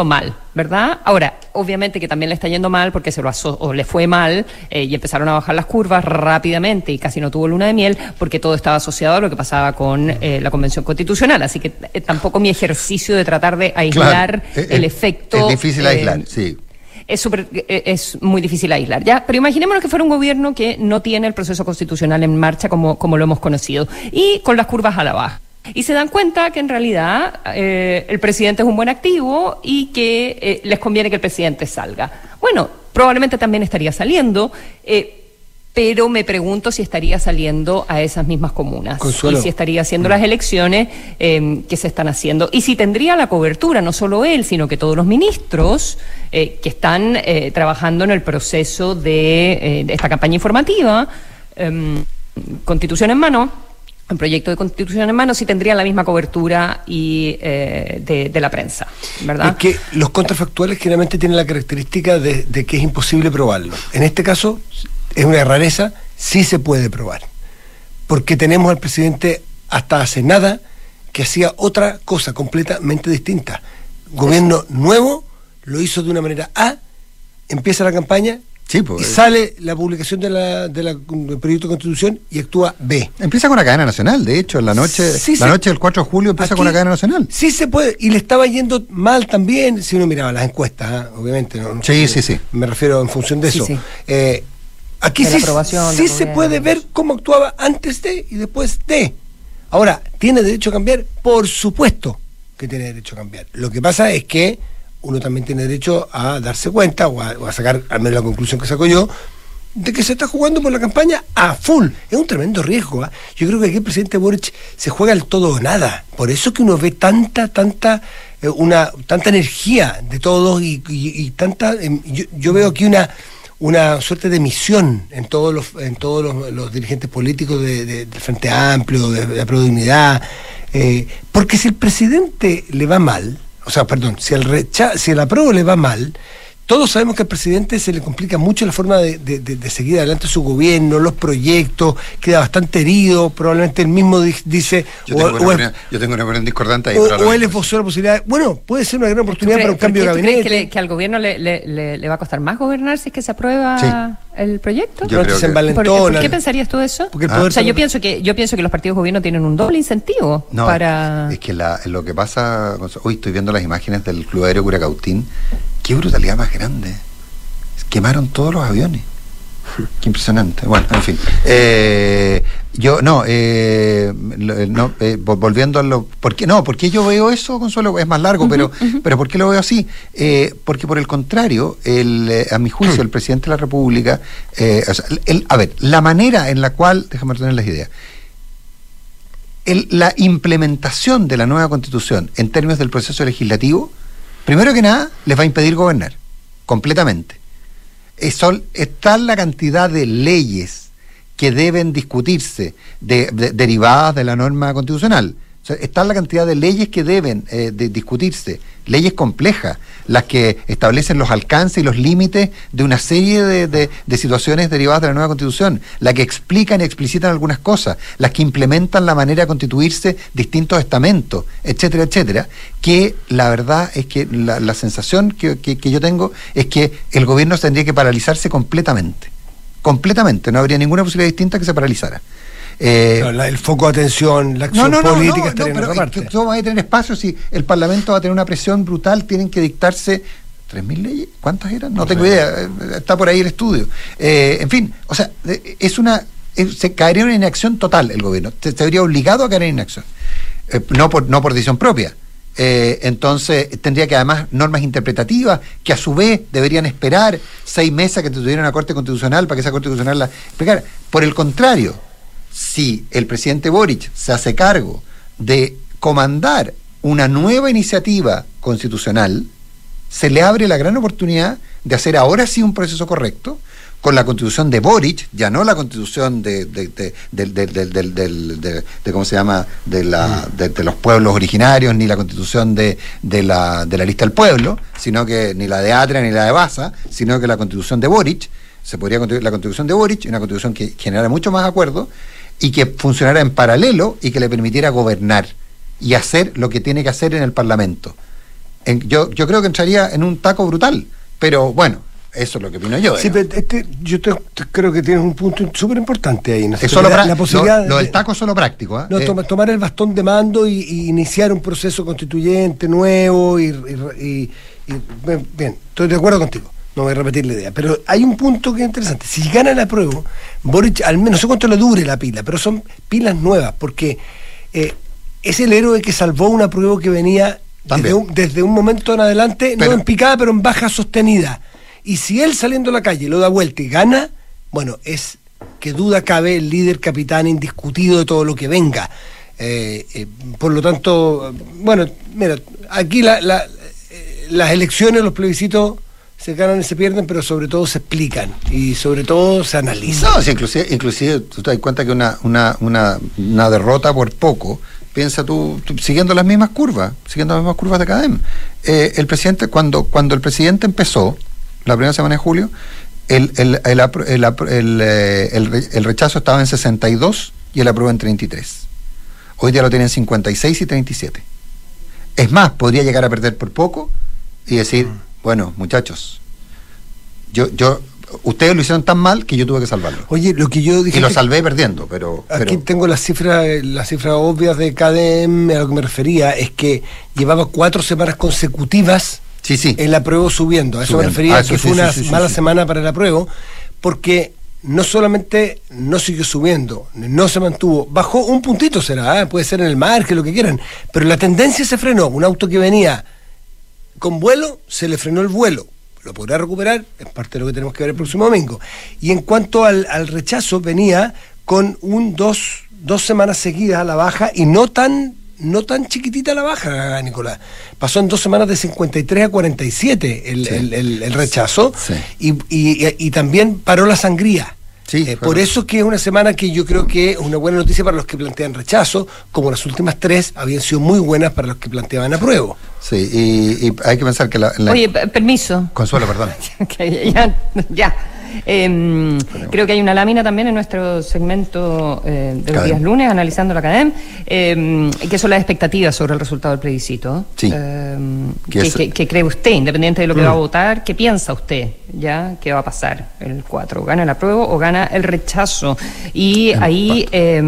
Speaker 2: ¿verdad? Ahora, obviamente que también le está yendo mal porque se lo aso- o le fue mal eh, y empezaron a bajar las curvas rápidamente y casi no tuvo luna de miel porque todo estaba asociado a lo que pasaba con eh, la Convención Constitucional. Así que eh, tampoco mi ejercicio de tratar de aislar
Speaker 1: Claro,
Speaker 2: el
Speaker 1: es,
Speaker 2: efecto...
Speaker 1: Es difícil
Speaker 2: eh,
Speaker 1: aislar, sí.
Speaker 2: Es, super, es muy difícil aislar, ¿ya? Pero imaginémonos que fuera un gobierno que no tiene el proceso constitucional en marcha como, como lo hemos conocido y con las curvas a la baja. Y se dan cuenta que en realidad eh, el presidente es un buen activo y que eh, les conviene que el presidente salga. Bueno, probablemente también estaría saliendo, eh, pero me pregunto si estaría saliendo a esas mismas comunas.
Speaker 3: Consuelo.
Speaker 2: Y si estaría haciendo las elecciones eh, que se están haciendo. Y si tendría la cobertura, no solo él, sino que todos los ministros eh, que están eh, trabajando en el proceso de, eh, de esta campaña informativa, eh, Constitución en mano, un proyecto de Constitución en mano, sí tendría la misma cobertura y eh, de, de la prensa, ¿verdad?
Speaker 3: Es que los contrafactuales generalmente tienen la característica de, de que es imposible probarlo. En este caso, es una rareza, sí se puede probar. Porque tenemos al presidente hasta hace nada que hacía otra cosa completamente distinta. Gobierno Eso. nuevo, lo hizo de una manera A, empieza la campaña... Sí, pues, y sale la publicación de la, de la, del proyecto de Constitución y actúa B.
Speaker 1: Empieza con la cadena nacional, de hecho, en la noche, sí, la se, noche del cuatro de julio empieza aquí, con la cadena nacional.
Speaker 3: Sí se puede, y le estaba yendo mal también, si uno miraba las encuestas, ¿eh? Obviamente. No,
Speaker 1: sí, sí, sí.
Speaker 3: Me refiero en función de
Speaker 2: sí,
Speaker 3: eso.
Speaker 2: Sí.
Speaker 3: Eh, aquí sí, sí se puede ver cómo actuaba antes de y después de. Ahora, ¿tiene derecho a cambiar? Por supuesto que tiene derecho a cambiar. Lo que pasa es que uno también tiene derecho a darse cuenta o a, o a sacar al menos la conclusión que saco yo de que se está jugando por la campaña a full. Es un tremendo riesgo, ¿eh? Yo creo que aquí el presidente Boric se juega el todo o nada. Por eso que uno ve tanta, tanta eh, una tanta energía de todos y, y, y tanta eh, yo, yo veo aquí una una suerte de misión en todos los en todos los, los dirigentes políticos de, de, del Frente Amplio, de, de la Prodignidad, eh, porque si el presidente le va mal, o sea, perdón, si el recha- si el apruebo le va mal, todos sabemos que al presidente se le complica mucho la forma de, de, de, de seguir adelante su gobierno, los proyectos, queda bastante herido, probablemente él mismo di- dice...
Speaker 1: Yo,
Speaker 3: o,
Speaker 1: tengo
Speaker 3: o,
Speaker 1: una, yo tengo una opinión discordante ahí.
Speaker 3: O, o él esbozó la posibilidad, bueno, puede ser una gran oportunidad para un cambio de gabinete.
Speaker 2: ¿Crees que, le, que al gobierno le, le, le, le va a costar más gobernar si es que se aprueba
Speaker 1: sí.
Speaker 2: el proyecto?
Speaker 1: Yo creo
Speaker 3: se
Speaker 1: que...
Speaker 2: ¿Por, ¿Por qué pensarías tú eso?
Speaker 3: Porque el
Speaker 2: ah.
Speaker 3: poder
Speaker 2: O sea, yo pienso que yo pienso que los partidos de gobierno tienen un doble incentivo
Speaker 1: no,
Speaker 2: para...
Speaker 1: es que la, lo que pasa... Hoy estoy viendo las imágenes del Club Aéreo Curacautín. Qué brutalidad más grande. Quemaron todos los aviones. Qué impresionante. Bueno, en fin. Eh, yo, no, eh, no eh, volviendo a lo... ¿Por qué no? ¿Por qué yo veo eso, Consuelo? Es más largo, uh-huh, pero, uh-huh. pero ¿por qué lo veo así? Eh, porque por el contrario, el, eh, a mi juicio, uh-huh. el presidente de la República... Eh, o sea, el, a ver, la manera en la cual... Déjame tener las ideas. El, la implementación de la nueva Constitución en términos del proceso legislativo, primero que nada, les va a impedir gobernar. Completamente. Son, está la cantidad de leyes que deben discutirse de, de, derivadas de la norma constitucional. O sea, está la cantidad de leyes que deben eh, de discutirse, leyes complejas, las que establecen los alcances y los límites de una serie de, de, de situaciones derivadas de la nueva Constitución, las que explican y explicitan algunas cosas, las que implementan la manera de constituirse distintos estamentos, etcétera, etcétera, que la verdad es que la, la sensación que, que, que yo tengo es que el gobierno tendría que paralizarse completamente, completamente, no habría ninguna posibilidad distinta que se paralizara.
Speaker 3: Eh, no, la, el foco de atención, la acción
Speaker 1: no, no,
Speaker 3: política
Speaker 1: no, no,
Speaker 3: estaría
Speaker 1: no,
Speaker 3: en
Speaker 1: pero
Speaker 3: otra parte.
Speaker 1: Es que ¿cómo va a tener espacio si el Parlamento va a tener una presión brutal? Tienen que dictarse tres mil leyes. ¿Cuántas eran? No, no tengo sé. idea. Está por ahí el estudio. Eh, en fin, o sea, es una es, se caería en inacción total el gobierno. Se, se vería obligado a caer en inacción. Eh, no por no por decisión propia. Eh, entonces tendría que además normas interpretativas que a su vez deberían esperar seis meses a que tuviera una Corte Constitucional para que esa Corte Constitucional la explicara. Por el contrario, si el presidente Boric se hace cargo de comandar una nueva iniciativa constitucional, se le abre la gran oportunidad de hacer ahora sí un proceso correcto con la constitución de Boric, ya no la constitución de de, de, de, de, de, de, de, de, de ¿cómo se llama? de la de, de los pueblos originarios, ni la constitución de, de la de la lista del pueblo, sino que ni la de Atria ni la de Baza, sino que la constitución de Boric. Se podría constituir la constitución de Boric, una constitución que generara mucho más acuerdo y que funcionara en paralelo y que le permitiera gobernar y hacer lo que tiene que hacer en el Parlamento. en, yo, yo creo que entraría en un taco brutal, pero bueno, eso es lo que opino yo.
Speaker 3: Sí, pero este, yo te, te creo que tienes un punto súper importante ahí. ¿No?
Speaker 1: Es solo
Speaker 3: la,
Speaker 1: la
Speaker 3: posibilidad
Speaker 1: lo, lo del
Speaker 3: de,
Speaker 1: taco es solo práctico. ¿eh?
Speaker 3: No,
Speaker 1: eh,
Speaker 3: toma, tomar el bastón de mando y, y iniciar un proceso constituyente nuevo y, y, y, y bien, estoy de acuerdo contigo. No voy a repetir la idea, pero hay un punto que es interesante. Si gana la prueba, Boric, al menos, no sé cuánto le dure la pila, pero son pilas nuevas, porque eh, es el héroe que salvó una prueba que venía desde un, desde un momento en adelante, pero, no en picada, pero en baja sostenida. Y si él saliendo a la calle lo da vuelta y gana, bueno, es que duda cabe el líder capitán indiscutido de todo lo que venga. Eh, eh, por lo tanto, bueno, mira, aquí la, la, eh, las elecciones, los plebiscitos se ganan y se pierden, pero sobre todo se explican y sobre todo se analizan.
Speaker 1: No, sí, inclusive, inclusive tú te das cuenta que una, una, una, una derrota por poco, piensa tú, tú siguiendo las mismas curvas, siguiendo las mismas curvas de CADEM. Eh, el presidente, cuando, cuando el presidente empezó, la primera semana de julio, el, el, el, el, el, el, el rechazo estaba en sesenta y dos y el apruebo en treinta y tres. Hoy día lo tienen cincuenta y seis y treinta y siete. Es más, podría llegar a perder por poco y decir, mm. bueno, muchachos, yo, yo, ustedes lo hicieron tan mal que yo tuve que salvarlo.
Speaker 3: Oye, lo que yo dije...
Speaker 1: Y lo salvé perdiendo, pero...
Speaker 3: Aquí
Speaker 1: pero...
Speaker 3: tengo las cifras, las cifras obvias de CADEM, a lo que me refería, es que llevaba cuatro semanas consecutivas
Speaker 1: Sí, sí.
Speaker 3: el apruebo subiendo. A eso
Speaker 1: Subiendo.
Speaker 3: me refería,
Speaker 1: ah, eso,
Speaker 3: que
Speaker 1: sí,
Speaker 3: fue una
Speaker 1: sí, sí,
Speaker 3: mala
Speaker 1: sí.
Speaker 3: semana para el apruebo, porque no solamente no siguió subiendo, no se mantuvo, bajó un puntito será, ¿eh? Puede ser en el margen, lo que quieran, pero la tendencia se frenó. Un auto que venía con vuelo, se le frenó el vuelo. Lo podrá recuperar, es parte de lo que tenemos que ver el próximo domingo. Y en cuanto al, al rechazo, venía con un dos, dos semanas seguidas a la baja y no tan... no tan chiquitita la baja, Nicolás. Pasó en dos semanas de cincuenta y tres a cuarenta y siete el, sí. el, el, el rechazo, sí. y, y, y también paró la sangría. Sí, eh, por eso que es una semana que yo creo que es una buena noticia para los que plantean rechazo, como las últimas tres habían sido muy buenas para los que planteaban apruebo.
Speaker 1: Sí, y, y hay que pensar que la... la...
Speaker 2: Oye, permiso.
Speaker 1: Consuelo, perdón.
Speaker 2: okay, ya, ya. Eh, creo que hay una lámina también en nuestro segmento eh, de los
Speaker 1: CADEM.
Speaker 2: días lunes, analizando la CADEM, eh, que son las expectativas sobre el resultado del plebiscito.
Speaker 1: Sí.
Speaker 2: Eh,
Speaker 1: ¿Qué,
Speaker 2: que, que, que cree usted, independiente de lo que mm. va a votar, ¿qué piensa usted? ¿Ya? ¿Qué va a pasar? ¿El cuatro gana el apruebo o gana el rechazo? Y el ahí... Eh,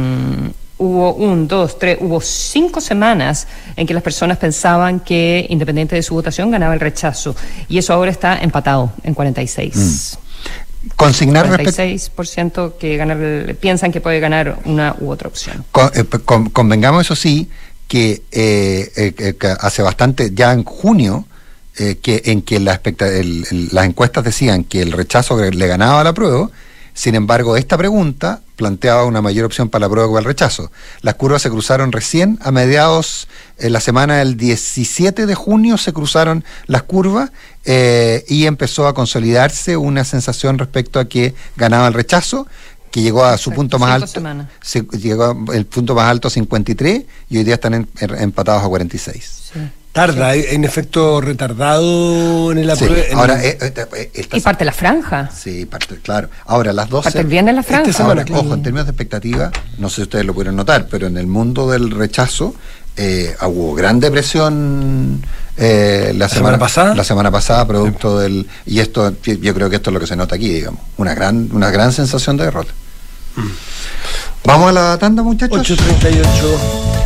Speaker 2: hubo un, dos, tres, hubo cinco semanas en que las personas pensaban que, independiente de su votación, ganaba el rechazo. Y eso ahora está empatado en cuarenta y seis.
Speaker 1: Mm. Consignar
Speaker 2: cuarenta y seis por ciento que ganar, piensan que puede ganar una u otra opción.
Speaker 1: Con, eh, con, convengamos, eso sí, que, eh, eh, que hace bastante, ya en junio, eh, que en que la expecta, el, el, las encuestas decían que el rechazo le ganaba al apruebo. Sin embargo, esta pregunta planteaba una mayor opción para la prueba que para el rechazo. Las curvas se cruzaron recién a mediados, en la semana del diecisiete de junio se cruzaron las curvas eh, y empezó a consolidarse una sensación respecto a que ganaba el rechazo, que llegó a su Exacto, punto más alto.
Speaker 2: Semanas.
Speaker 1: Se, llegó el punto más alto a cincuenta y tres y hoy día están en, en, empatados a cuarenta y seis.
Speaker 3: Sí. Tarda, sí. en efecto retardado en el apruebo.
Speaker 1: Sí. Ahora, eh, eh, eh,
Speaker 2: y parte la franja.
Speaker 1: Sí, parte, claro. Ahora, las doce.
Speaker 2: Parte el viernes la franja.
Speaker 1: Esta semana, ahora, ojo, en términos de expectativa, no sé si ustedes lo pudieron notar, pero en el mundo del rechazo eh, hubo gran depresión eh, la,
Speaker 3: ¿La semana, semana pasada.
Speaker 1: La semana pasada, producto sí. del. Y esto, yo creo que esto es lo que se nota aquí, digamos. Una gran, una gran sensación de derrota. Mm. Vamos a la tanda, muchachos.
Speaker 3: ocho treinta y ocho.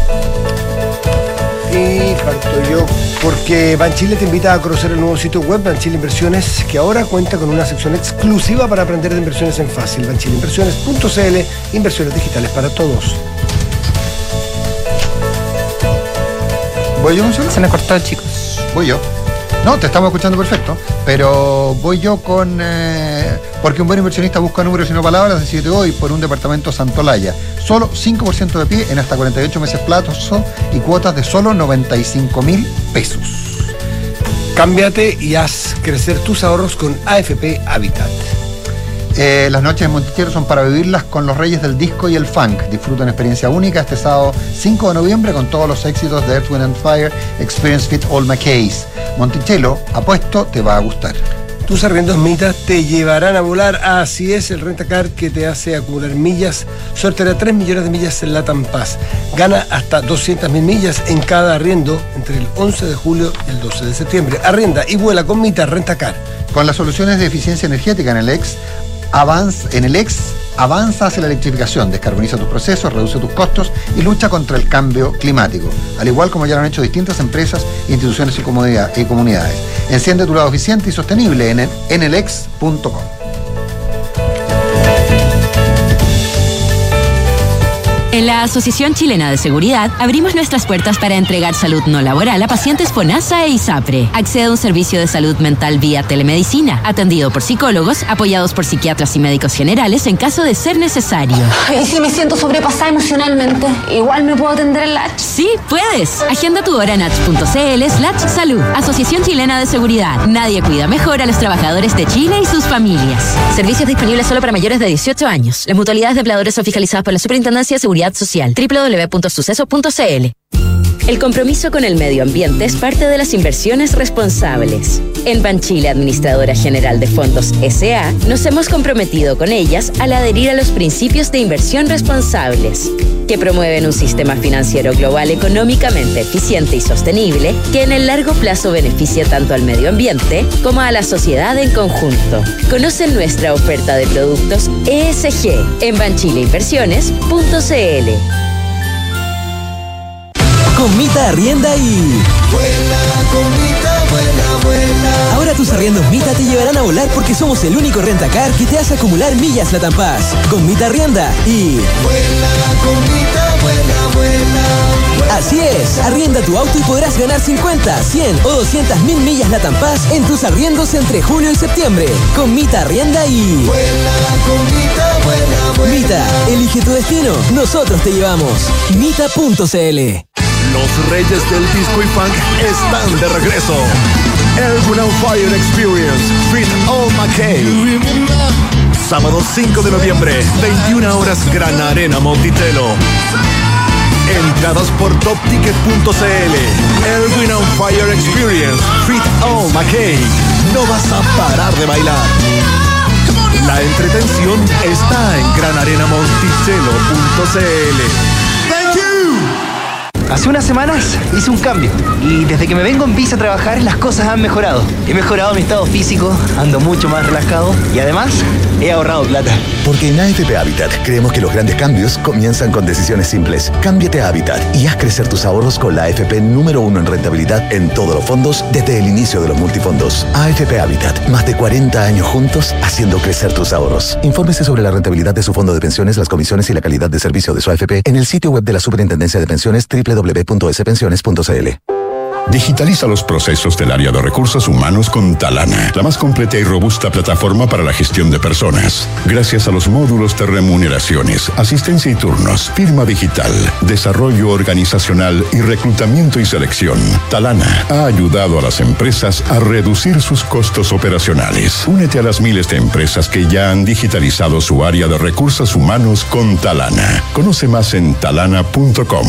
Speaker 3: Y parto yo, porque Banchile te invita a conocer el nuevo sitio web Banchile Inversiones, que ahora cuenta con una sección exclusiva para aprender de inversiones en fácil. banchile inversiones punto c l, inversiones digitales para todos.
Speaker 1: ¿Voy yo, Gonzalo?
Speaker 2: Se me cortó, chicos.
Speaker 1: Voy yo. No, te estamos escuchando perfecto, pero voy yo con... Eh, porque un buen inversionista busca números y no palabras. Decide hoy por un departamento Santolaya. Solo cinco por ciento de pie en hasta cuarenta y ocho meses plazo y cuotas de solo noventa y cinco mil pesos.
Speaker 3: Cámbiate y haz crecer tus ahorros con A F P Habitat.
Speaker 1: Eh, las noches en Monticello son para vivirlas con los reyes del disco y el funk. Disfruta una experiencia única este sábado cinco de noviembre con todos los éxitos de Earth, Wind and Fire. Experience Fit All My Case. Monticello, apuesto, te va a gustar.
Speaker 3: Tus arriendos Mita te llevarán a volar. Así es, el Rentacar que te hace acumular millas. Sorteará tres millones de millas en LATAM Pass. Gana hasta doscientas mil millas en cada arriendo entre el once de julio y el doce de septiembre. Arrienda y vuela con Mita Rentacar.
Speaker 1: Con las soluciones de eficiencia energética en el ex, avanza, en el ex avanza hacia la electrificación, descarboniza tus procesos, reduce tus costos y lucha contra el cambio climático, al igual como ya lo han hecho distintas empresas, instituciones y, y comunidades. Enciende tu lado eficiente y sostenible en enelex punto com.
Speaker 4: En la Asociación Chilena de Seguridad abrimos nuestras puertas para entregar salud no laboral a pacientes FONASA e ISAPRE. Accede a un servicio de salud mental vía telemedicina, atendido por psicólogos, apoyados por psiquiatras y médicos generales en caso de ser necesario.
Speaker 5: ¿Y si me siento sobrepasada emocionalmente? ¿Igual me puedo atender en la H?
Speaker 4: Sí, puedes. Agenda tu hora en h punto c l slash salud. Asociación Chilena de Seguridad. Nadie cuida mejor a los trabajadores de Chile y sus familias. Servicios disponibles solo para mayores de dieciocho años. Las mutualidades de empleadores son fiscalizadas por la Superintendencia de Seguridad Social. doble u doble u doble u punto suceso punto c l. El compromiso con el medio ambiente es parte de las inversiones responsables. En Banchile, Administradora General de Fondos S A, nos hemos comprometido con ellas al adherir a los principios de inversión responsables, que promueven un sistema financiero global económicamente eficiente y sostenible, que en el largo plazo beneficia tanto al medio ambiente como a la sociedad en conjunto. Conocen nuestra oferta de productos E S G en banchile inversiones punto c l.
Speaker 6: Con Mita arrienda y...
Speaker 7: Vuela con Mita, vuela, vuela.
Speaker 6: Ahora tus arriendos Mita te llevarán a volar porque somos el único rentacar que te hace acumular millas LATAM Pass. Con Mita arrienda y...
Speaker 7: Vuela con Mita, vuela, vuela.
Speaker 6: Así es, arrienda tu auto y podrás ganar cincuenta, cien o doscientas mil millas LATAM Pass en tus arriendos entre julio y septiembre. Con Mita arrienda y...
Speaker 7: Vuela con Mita, vuela, vuela.
Speaker 6: Mita, elige tu destino, nosotros te llevamos. Mita punto c l.
Speaker 8: Los reyes del disco y funk están de regreso. Elwin on Fire Experience, Feat All McKay. Sábado cinco de noviembre, veintiuna horas, Gran Arena Monticello. Entradas por top ticket punto c l. Elwin on Fire Experience, Feat All McKay. No vas a parar de bailar. La entretención está en gran arena monticello punto c l. Thank you.
Speaker 9: Hace unas semanas hice un cambio y desde que me vengo en bici a trabajar las cosas han mejorado. He mejorado mi estado físico, ando mucho más relajado y además he ahorrado plata.
Speaker 10: Porque en A F P Habitat creemos que los grandes cambios comienzan con decisiones simples. Cámbiate a Habitat y haz crecer tus ahorros con la A F P número uno en rentabilidad en todos los fondos desde el inicio de los multifondos. A F P Habitat, más de cuarenta años juntos haciendo crecer tus ahorros. Infórmese sobre la rentabilidad de su fondo de pensiones, las comisiones y la calidad de servicio de su A F P en el sitio web de la Superintendencia de Pensiones doble u doble u doble u punto s pensiones punto c l.
Speaker 11: Digitaliza los procesos del área de recursos humanos con Talana, la más completa y robusta plataforma para la gestión de personas. Gracias a los módulos de remuneraciones, asistencia y turnos, firma digital, desarrollo organizacional y reclutamiento y selección, Talana ha ayudado a las empresas a reducir sus costos operacionales. Únete a las miles de empresas que ya han digitalizado su área de recursos humanos con Talana. Conoce más en talana punto com.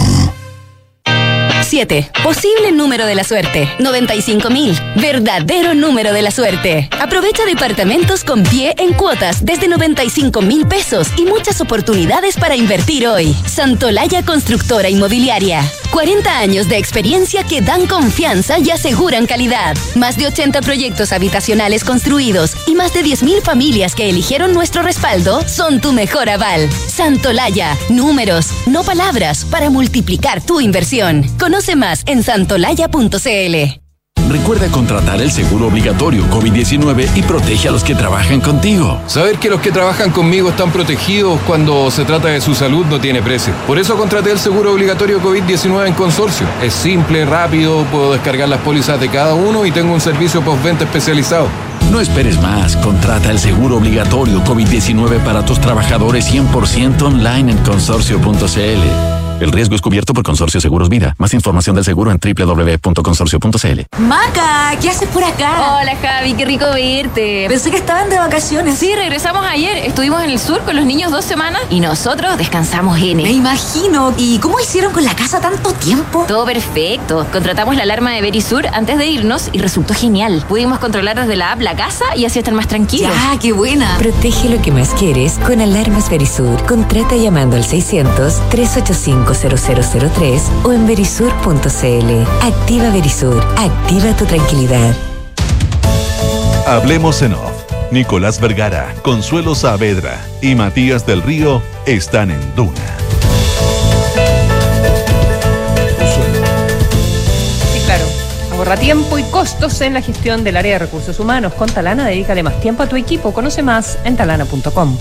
Speaker 4: siete. Posible número de la suerte. noventa y cinco mil. Verdadero número de la suerte. Aprovecha departamentos con pie en cuotas desde noventa y cinco mil pesos y muchas oportunidades para invertir hoy. Santolaya Constructora Inmobiliaria. cuarenta años de experiencia que dan confianza y aseguran calidad. Más de ochenta proyectos habitacionales construidos y más de diez mil familias que eligieron nuestro respaldo son tu mejor aval. Santolaya. Números, no palabras, para multiplicar tu inversión. Conoce más en santolaya punto c l.
Speaker 12: Recuerda contratar el seguro obligatorio COVID diecinueve y protege a los que trabajan contigo.
Speaker 13: Saber que los que trabajan conmigo están protegidos cuando se trata de su salud no tiene precio. Por eso contraté el seguro obligatorio COVID diecinueve en Consorcio. Es simple, rápido, puedo descargar las pólizas de cada uno y tengo un servicio postventa especializado.
Speaker 12: No esperes más. Contrata el seguro obligatorio COVID diecinueve para tus trabajadores cien por ciento online en consorcio punto c l. El riesgo es cubierto por Consorcio Seguros Vida. Más información del seguro en doble u doble u doble u punto consorcio punto c l.
Speaker 4: Maca, ¿qué haces por acá?
Speaker 14: Hola Javi, qué rico verte.
Speaker 4: Pensé que estaban de vacaciones.
Speaker 14: Sí, regresamos ayer. Estuvimos en el sur con los niños dos semanas y nosotros descansamos N.
Speaker 4: Me imagino. ¿Y cómo hicieron con la casa tanto tiempo?
Speaker 14: Todo perfecto. Contratamos la alarma de Verisur antes de irnos y resultó genial. Pudimos controlar desde la app la casa y así estar más tranquilos.
Speaker 4: ¡Ah, qué buena!
Speaker 15: Protege lo que más quieres con alarmas Verisur. Contrata llamando al seiscientos, trescientos ochenta y cinco, cero cero cero tres o en verisur punto c l. Activa Verisur. Activa tu tranquilidad.
Speaker 16: Hablemos en off. Nicolás Vergara, Consuelo Saavedra y Matías del Río están en Duna.
Speaker 2: Sí, claro. Ahorra tiempo y costos en la gestión del área de recursos humanos. Con Talana, dedícale más tiempo a tu equipo. Conoce más en talana punto com.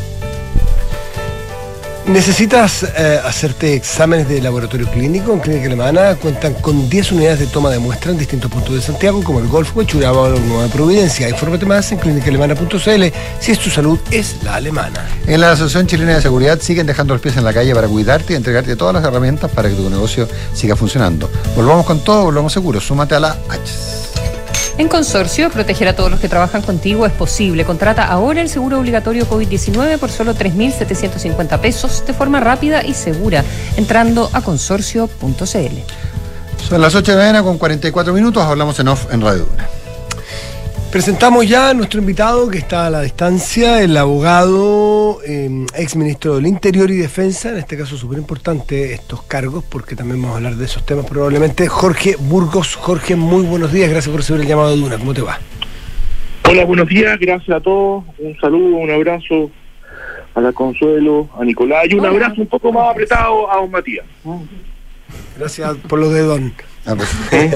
Speaker 3: ¿Necesitas eh, hacerte exámenes de laboratorio clínico? En Clínica Alemana cuentan con diez unidades de toma de muestra en distintos puntos de Santiago, como el Golfo, Huechuraba o la Nueva Providencia. Infórmate más en clínica alemana punto c l. Si es tu salud, es la alemana.
Speaker 1: En la Asociación Chilena de Seguridad siguen dejando los pies en la calle para cuidarte y entregarte todas las herramientas para que tu negocio siga funcionando. Volvamos con todo, volvamos seguros. Súmate a la H.
Speaker 2: En Consorcio, proteger a todos los que trabajan contigo es posible. Contrata ahora el seguro obligatorio COVID diecinueve por solo tres mil setecientos cincuenta pesos de forma rápida y segura, entrando a consorcio punto c l.
Speaker 1: Son las ocho de la mañana con cuarenta y cuatro minutos, hablamos en off en Radio Duna.
Speaker 3: Presentamos ya a nuestro invitado que está a la distancia, el abogado, eh, ex ministro del Interior y Defensa, en este caso súper importante estos cargos, porque también vamos a hablar de esos temas probablemente. Jorge Burgos. Jorge, muy buenos días, gracias por recibir el llamado de Duna, ¿cómo te va?
Speaker 17: Hola, buenos días, gracias a todos, un saludo, un abrazo a la Consuelo, a Nicolás, y un
Speaker 2: Hola.
Speaker 17: abrazo un poco más apretado a don Matías.
Speaker 3: Gracias por lo de Don.
Speaker 1: Ah, pues.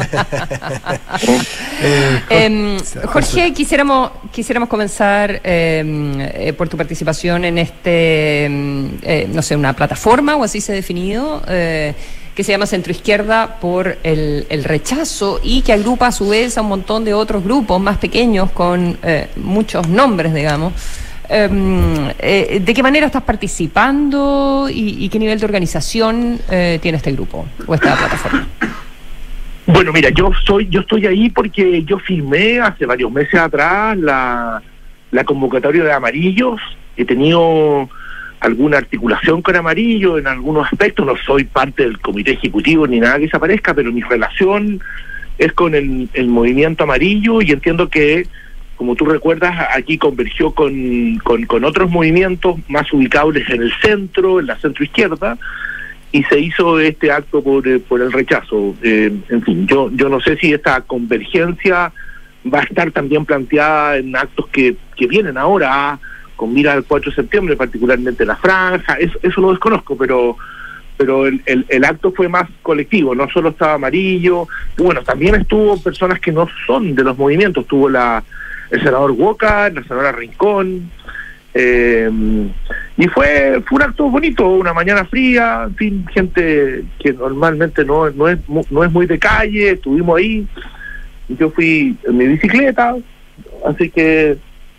Speaker 2: eh, eh, Jorge, quisiéramos quisiéramos comenzar eh, eh, por tu participación en este, eh, no sé, una plataforma o así se ha definido, eh, que se llama Centro Izquierda por el, el rechazo y que agrupa a su vez a un montón de otros grupos más pequeños con eh, muchos nombres, digamos. Eh, eh, ¿De qué manera estás participando y, y qué nivel de organización eh, tiene este grupo o esta plataforma?
Speaker 17: Bueno, mira, yo soy, yo estoy ahí porque yo firmé hace varios meses atrás la, la convocatoria de Amarillos. He tenido alguna articulación con Amarillo en algunos aspectos, no soy parte del comité ejecutivo ni nada que se aparezca, pero mi relación es con el, el movimiento Amarillo y entiendo que, como tú recuerdas, aquí convergió con, con, con otros movimientos más ubicables en el centro, en la centro izquierda, y se hizo este acto por, eh, por el rechazo. Eh, en fin, yo yo no sé si esta convergencia va a estar también planteada en actos que, que vienen ahora, con mira al cuatro de septiembre, particularmente la franja, eso, eso lo desconozco, pero pero el, el, el acto fue más colectivo, no solo estaba Amarillo, y bueno, también estuvo personas que no son de los movimientos, estuvo la el senador Walker, la senadora Rincón, Eh, y fue fue un acto bonito, una mañana fría, en fin, gente que normalmente no, no es no es muy de calle, estuvimos ahí, yo fui en mi bicicleta, así que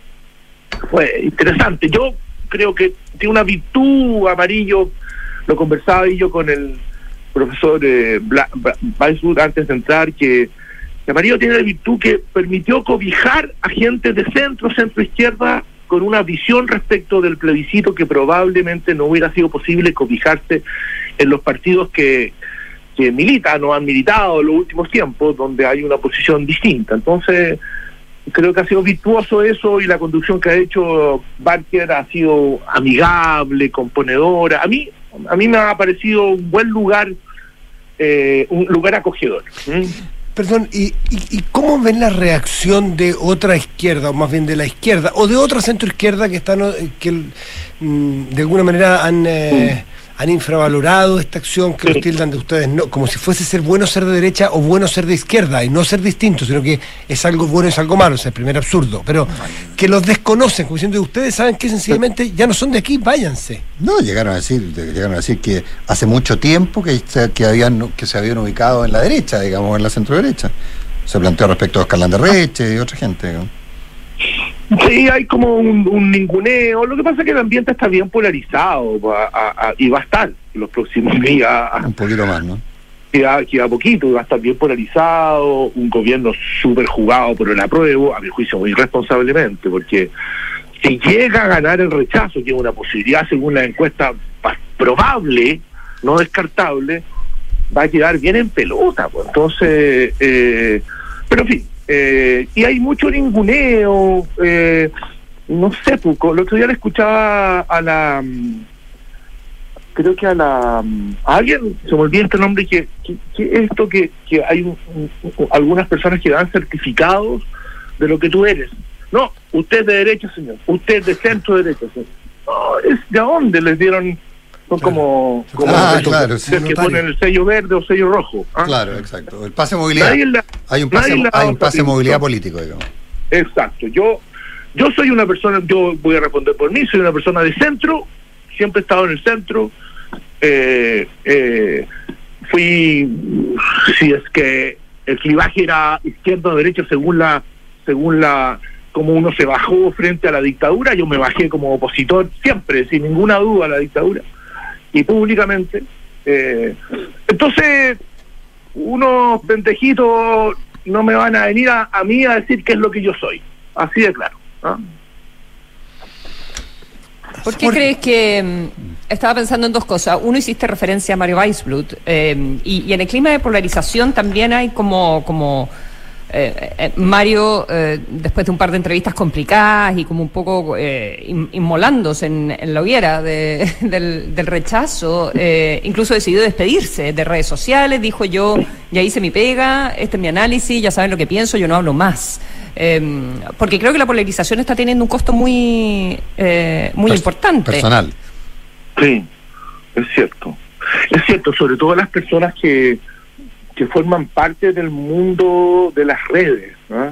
Speaker 17: fue interesante. Yo creo que tiene una virtud Amarillo, lo conversaba yo con el profesor eh, Weiswood antes de entrar, que Amarillo tiene la virtud que permitió cobijar a gente de centro, centro izquierda, con una visión respecto del plebiscito que probablemente no hubiera sido posible cobijarse en los partidos que, que militan o han militado en los últimos tiempos, donde hay una posición distinta. Entonces, creo que ha sido virtuoso eso, y la conducción que ha hecho Barker ha sido amigable, componedora. A mí, a mí me ha parecido un buen lugar, eh, un lugar acogedor. ¿Mm?
Speaker 3: Perdón, ¿y, y, ¿y cómo ven la reacción de otra izquierda, o más bien de la izquierda, o de otra centroizquierda que están que mm, de alguna manera han eh, han infravalorado esta acción, que los tildan de ustedes no, como si fuese ser bueno ser de derecha o bueno ser de izquierda, y no ser distinto, sino que es algo bueno y es algo malo, o sea, el primer absurdo, pero que los desconocen, como diciendo, ustedes saben que sencillamente ya no son de aquí, váyanse.
Speaker 1: No, llegaron a decir, llegaron a decir que hace mucho tiempo que, que habían que se habían ubicado en la derecha, digamos, en la centro derecha. Se planteó respecto a Oscar Landerreche y otra gente, digamos.
Speaker 17: Sí, hay como un, un ninguneo. Lo que pasa es que el ambiente está bien polarizado a, a, a, y va a estar en los próximos días.
Speaker 1: Un poquito más, ¿no?
Speaker 17: Queda, queda poquito, va a estar bien polarizado, un gobierno súper jugado por el apruebo, a mi juicio muy irresponsablemente, porque si llega a ganar el rechazo, que es una posibilidad según la encuesta probable, no descartable, va a quedar bien en pelota, pues. Entonces, eh, pero en fin, eh, y hay mucho ninguneo, eh, no sé, pues, el otro día le escuchaba a la... creo que a la a alguien, se me olvida este nombre, que, que, que esto que, que hay un, un, algunas personas que dan certificados de lo que tú eres. No, usted es de derecha, señor, usted es de centro derecha, señor. No, es de dónde les dieron, son como, como
Speaker 1: ah,
Speaker 17: estos,
Speaker 1: claro, sí,
Speaker 17: que ponen el sello verde o sello rojo. ¿Ah?
Speaker 1: Claro, exacto. El pase de movilidad.
Speaker 17: La,
Speaker 1: hay un pase, hay un pase de movilidad político, digamos.
Speaker 17: Exacto. Yo, yo soy una persona, yo voy a responder por mí, soy una persona de centro, siempre he estado en el centro. Eh, eh, fui, si es que el clivaje era izquierda o derecha según la, según la, como uno se bajó frente a la dictadura, yo me bajé como opositor siempre, sin ninguna duda, a la dictadura y públicamente. Eh, entonces, unos pendejitos no me van a venir a, a mí a decir qué es lo que yo soy, así de claro, ¿no?
Speaker 2: ¿Por qué crees que... Estaba pensando en dos cosas. Uno, hiciste referencia a Mario Weissblut, eh, y, y en el clima de polarización también hay como... como eh, eh, Mario, eh, después de un par de entrevistas complicadas y como un poco eh, inmolándose en, en la hoguera de, del, del rechazo, eh, incluso decidió despedirse de redes sociales, dijo: yo ya hice mi pega, este es mi análisis, ya saben lo que pienso, yo no hablo más. Eh, porque creo que la polarización está teniendo un costo muy, eh, muy Pers- importante.
Speaker 1: Personal.
Speaker 17: Sí, es cierto. Es cierto, sobre todo las personas que, que forman parte del mundo de las redes, ¿no?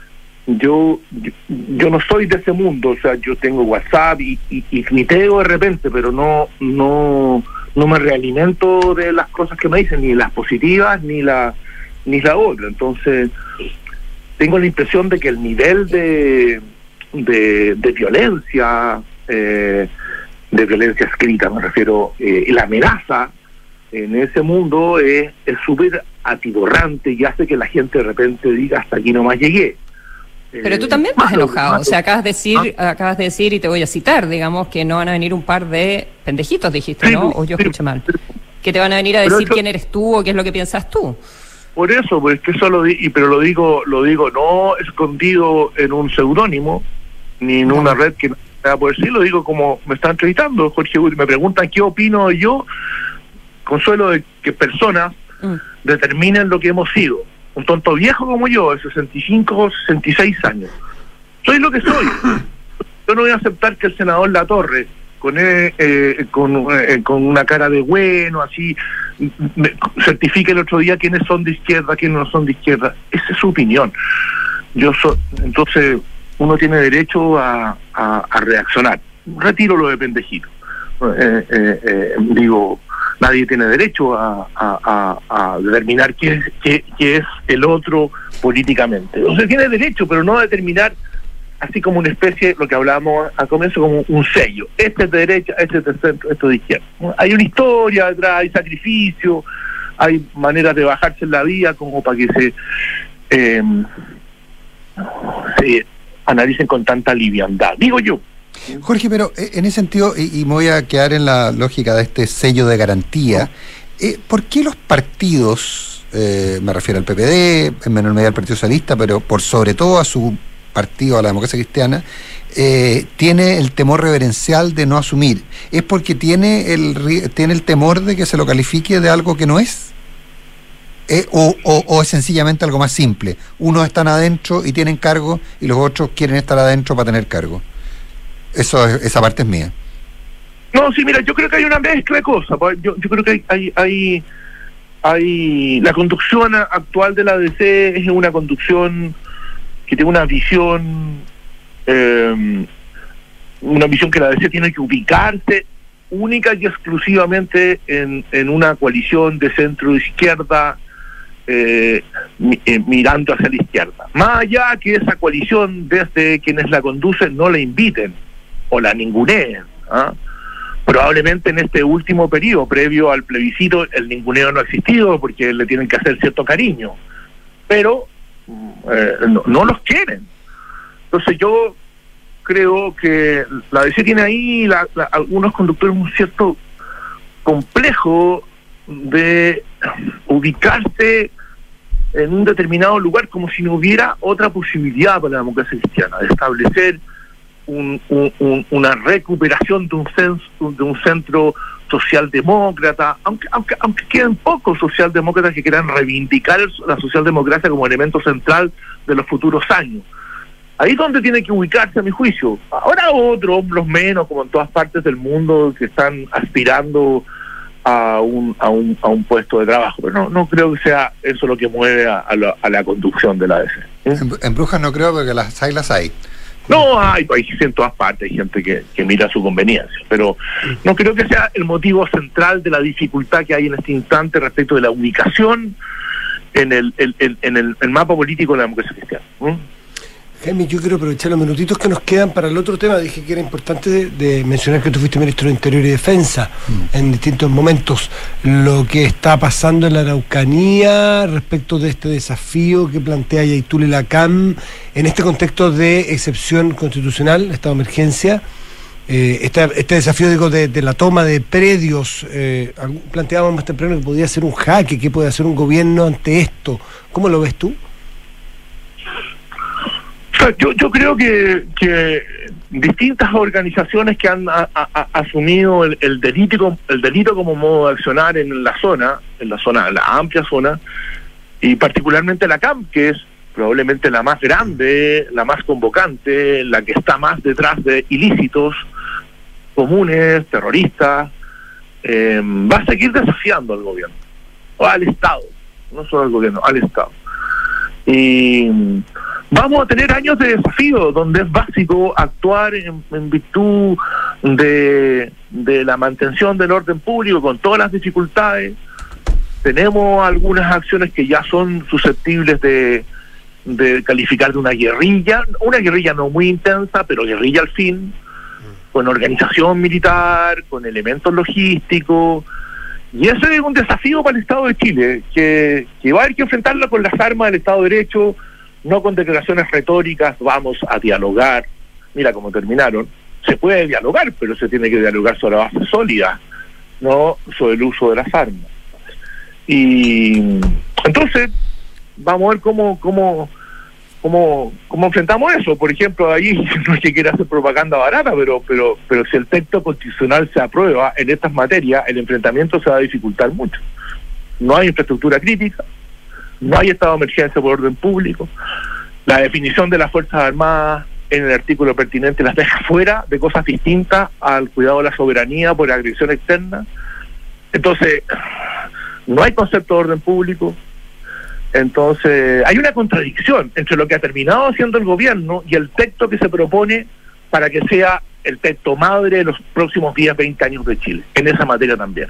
Speaker 17: Yo, yo yo no soy de ese mundo, o sea, yo tengo WhatsApp y, y, y tuiteo de repente, pero no no no me realimento de las cosas que me dicen, ni las positivas ni la ni la otra. Entonces, tengo la impresión de que el nivel de de, de violencia eh, de violencia escrita, me refiero, eh, y la amenaza en ese mundo es súper atiborrante y hace que la gente de repente diga: hasta aquí nomás llegué.
Speaker 2: Pero tú también estás enojado, o sea, acabas de decir, ¿Ah? acabas de decir, y te voy a citar, digamos, que no van a venir un par de pendejitos, dijiste, ¿no? O yo escuché mal. Que te van a venir a decir eso, quién eres tú o qué es lo que piensas tú.
Speaker 17: Por eso, pues que eso lo di, pero lo digo, lo digo no escondido en un seudónimo, ni en no. una red que no se va a poder decir, lo digo como me está entrevistando Jorge Gutiérrez, me preguntan qué opino yo, consuelo de que personas mm. determinen lo que hemos sido. Un tonto viejo como yo, de sesenta y cinco, sesenta y seis años. Soy lo que soy. Yo no voy a aceptar que el senador Latorre, con eh, eh, con, eh, con una cara de bueno, así, me certifique el otro día quiénes son de izquierda, quiénes no son de izquierda. Esa es su opinión. Yo soy, entonces, uno tiene derecho a, a, a reaccionar. Retiro lo de pendejito. Eh, eh, eh, digo... Nadie tiene derecho a, a, a, a determinar qué es, qué, qué es el otro políticamente. O sea, tiene derecho, pero no a determinar así como una especie, lo que hablábamos al comienzo, como un sello. Este es de derecha, este es de centro, este es de izquierda. Hay una historia detrás, hay sacrificio, hay maneras de bajarse en la vía como para que se, eh, se analicen con tanta liviandad. Digo yo.
Speaker 1: Jorge, pero en ese sentido, y, y me voy a quedar en la lógica de este sello de garantía, eh, ¿por qué los partidos, eh, me refiero al P P D, en menor medida al Partido Socialista, pero por sobre todo a su partido, a la Democracia Cristiana, eh, tiene el temor reverencial de no asumir? ¿Es porque tiene el, tiene el temor de que se lo califique de algo que no es? Eh, o, o, ¿O es sencillamente algo más simple? Unos están adentro y tienen cargo, y los otros quieren estar adentro para tener cargo. Eso, esa parte es mía.
Speaker 17: No, sí, mira, yo creo que hay una mezcla de cosas. Yo, yo creo que hay, hay, hay, hay... La conducción actual de la D C es una conducción que tiene una visión, eh, una visión que la D C tiene que ubicarse única y exclusivamente en, en una coalición de centro-izquierda eh, mi, eh, mirando hacia la izquierda. Más allá que esa coalición, desde quienes la conducen, no la inviten o la ninguneen. ¿ah? Probablemente en este último periodo, previo al plebiscito, el ninguneo no ha existido porque le tienen que hacer cierto cariño, pero eh, no, no los quieren. Entonces yo creo que la D C tiene ahí la, la, algunos conductores un cierto complejo de ubicarse en un determinado lugar como si no hubiera otra posibilidad para la democracia cristiana, de establecer un, un, un, una recuperación de un, censo, de un centro socialdemócrata, aunque, aunque, aunque queden pocos socialdemócratas que quieran reivindicar la socialdemocracia como elemento central de los futuros años. Ahí es donde tiene que ubicarse, a mi juicio. Ahora otros, los menos, como en todas partes del mundo, que están aspirando a un a un, a un puesto de trabajo. Pero no no creo que sea eso lo que mueve a, a, la, a la conducción de la D C. ¿Eh?
Speaker 1: En, en Brujas no creo, porque las hay, las hay.
Speaker 17: No, hay, hay gente en todas partes, hay gente que, que mira su conveniencia, pero no creo que sea el motivo central de la dificultad que hay en este instante respecto de la ubicación en el, el, el, en el, el mapa político de la democracia cristiana. ¿Mm?
Speaker 3: Jaime, yo quiero aprovechar los minutitos que nos quedan para el otro tema. Dije que era importante de, de mencionar que tú fuiste ministro de Interior y Defensa mm. en distintos momentos. Lo que está pasando en la Araucanía respecto de este desafío que plantea Yaitule Lacam en este contexto de excepción constitucional, estado de emergencia, eh, este, este desafío digo, de, de la toma de predios, eh, planteábamos más temprano que podía ser un jaque, que puede hacer un gobierno ante esto. ¿Cómo lo ves tú?
Speaker 17: Yo, yo creo que, que distintas organizaciones que han a, a, asumido el, el delito el delito como modo de accionar en la zona, en la zona, en la amplia zona, y particularmente la C A M, que es probablemente la más grande, la más convocante, la que está más detrás de ilícitos comunes, terroristas, eh, va a seguir desafiando al gobierno, o al Estado, no solo al gobierno, al Estado. Y vamos a tener años de desafío donde es básico actuar en, en virtud de, de la mantención del orden público con todas las dificultades. Tenemos algunas acciones que ya son susceptibles de, de calificar de una guerrilla, una guerrilla no muy intensa, pero guerrilla al fin, con organización militar, con elementos logísticos. Y ese es un desafío para el Estado de Chile, que, que va a haber que enfrentarlo con las armas del Estado de Derecho, no con declaraciones retóricas, vamos a dialogar. Mira cómo terminaron. Se puede dialogar, pero se tiene que dialogar sobre bases sólidas, no sobre el uso de las armas. Y entonces, vamos a ver cómo cómo cómo, cómo enfrentamos eso. Por ejemplo, ahí no es que quiera hacer propaganda barata, pero pero pero si el texto constitucional se aprueba en estas materias, el enfrentamiento se va a dificultar mucho. No hay infraestructura crítica, no hay estado de emergencia por orden público, la definición de las Fuerzas Armadas en el artículo pertinente las deja fuera de cosas distintas al cuidado de la soberanía por agresión externa. Entonces, no hay concepto de orden público. Entonces, hay una contradicción entre lo que ha terminado haciendo el gobierno y el texto que se propone para que sea el texto madre de los próximos diez, veinte años de Chile, en esa materia también.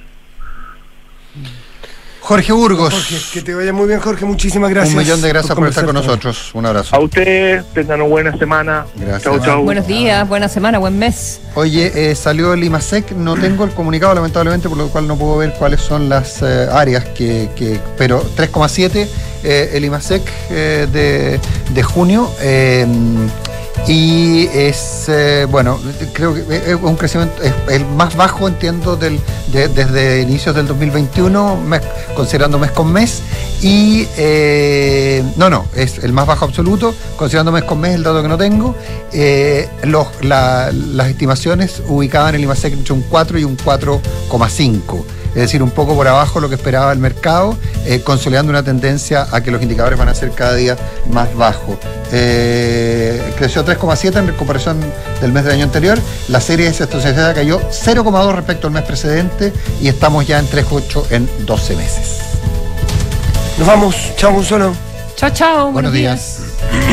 Speaker 1: Jorge Burgos.
Speaker 3: Jorge, que te vaya muy bien, Jorge, muchísimas gracias.
Speaker 1: Un millón de gracias por, por estar con nosotros. Un abrazo.
Speaker 17: A ustedes, tengan una buena semana.
Speaker 1: Gracias.
Speaker 17: Chau, chau.
Speaker 2: Buenos días, buena semana, buen mes.
Speaker 1: Oye, eh, salió el IMASEC, no tengo el comunicado lamentablemente, por lo cual no puedo ver cuáles son las eh, áreas que, que pero tres coma siete eh, el IMASEC eh, de, de junio. Eh, y es, eh, bueno, creo que es un crecimiento, es el más bajo, entiendo, del, de, desde inicios del dos mil veintiuno, mes, considerando mes con mes, y eh, no, no, es el más bajo absoluto, considerando mes con mes, el dato que no tengo. Eh, los, la, las estimaciones ubicaban el IMASEC entre un cuatro y un cuatro coma cinco. Es decir, un poco por abajo lo que esperaba el mercado, eh, consolidando una tendencia a que los indicadores van a ser cada día más bajos. Eh, creció tres coma siete en comparación del mes del año anterior. La serie de estacionalidad cayó cero coma dos respecto al mes precedente y estamos ya en tres coma ocho en doce meses.
Speaker 3: Nos vamos. Chao, Consuelo.
Speaker 2: Chao, chao.
Speaker 1: Buenos días. días.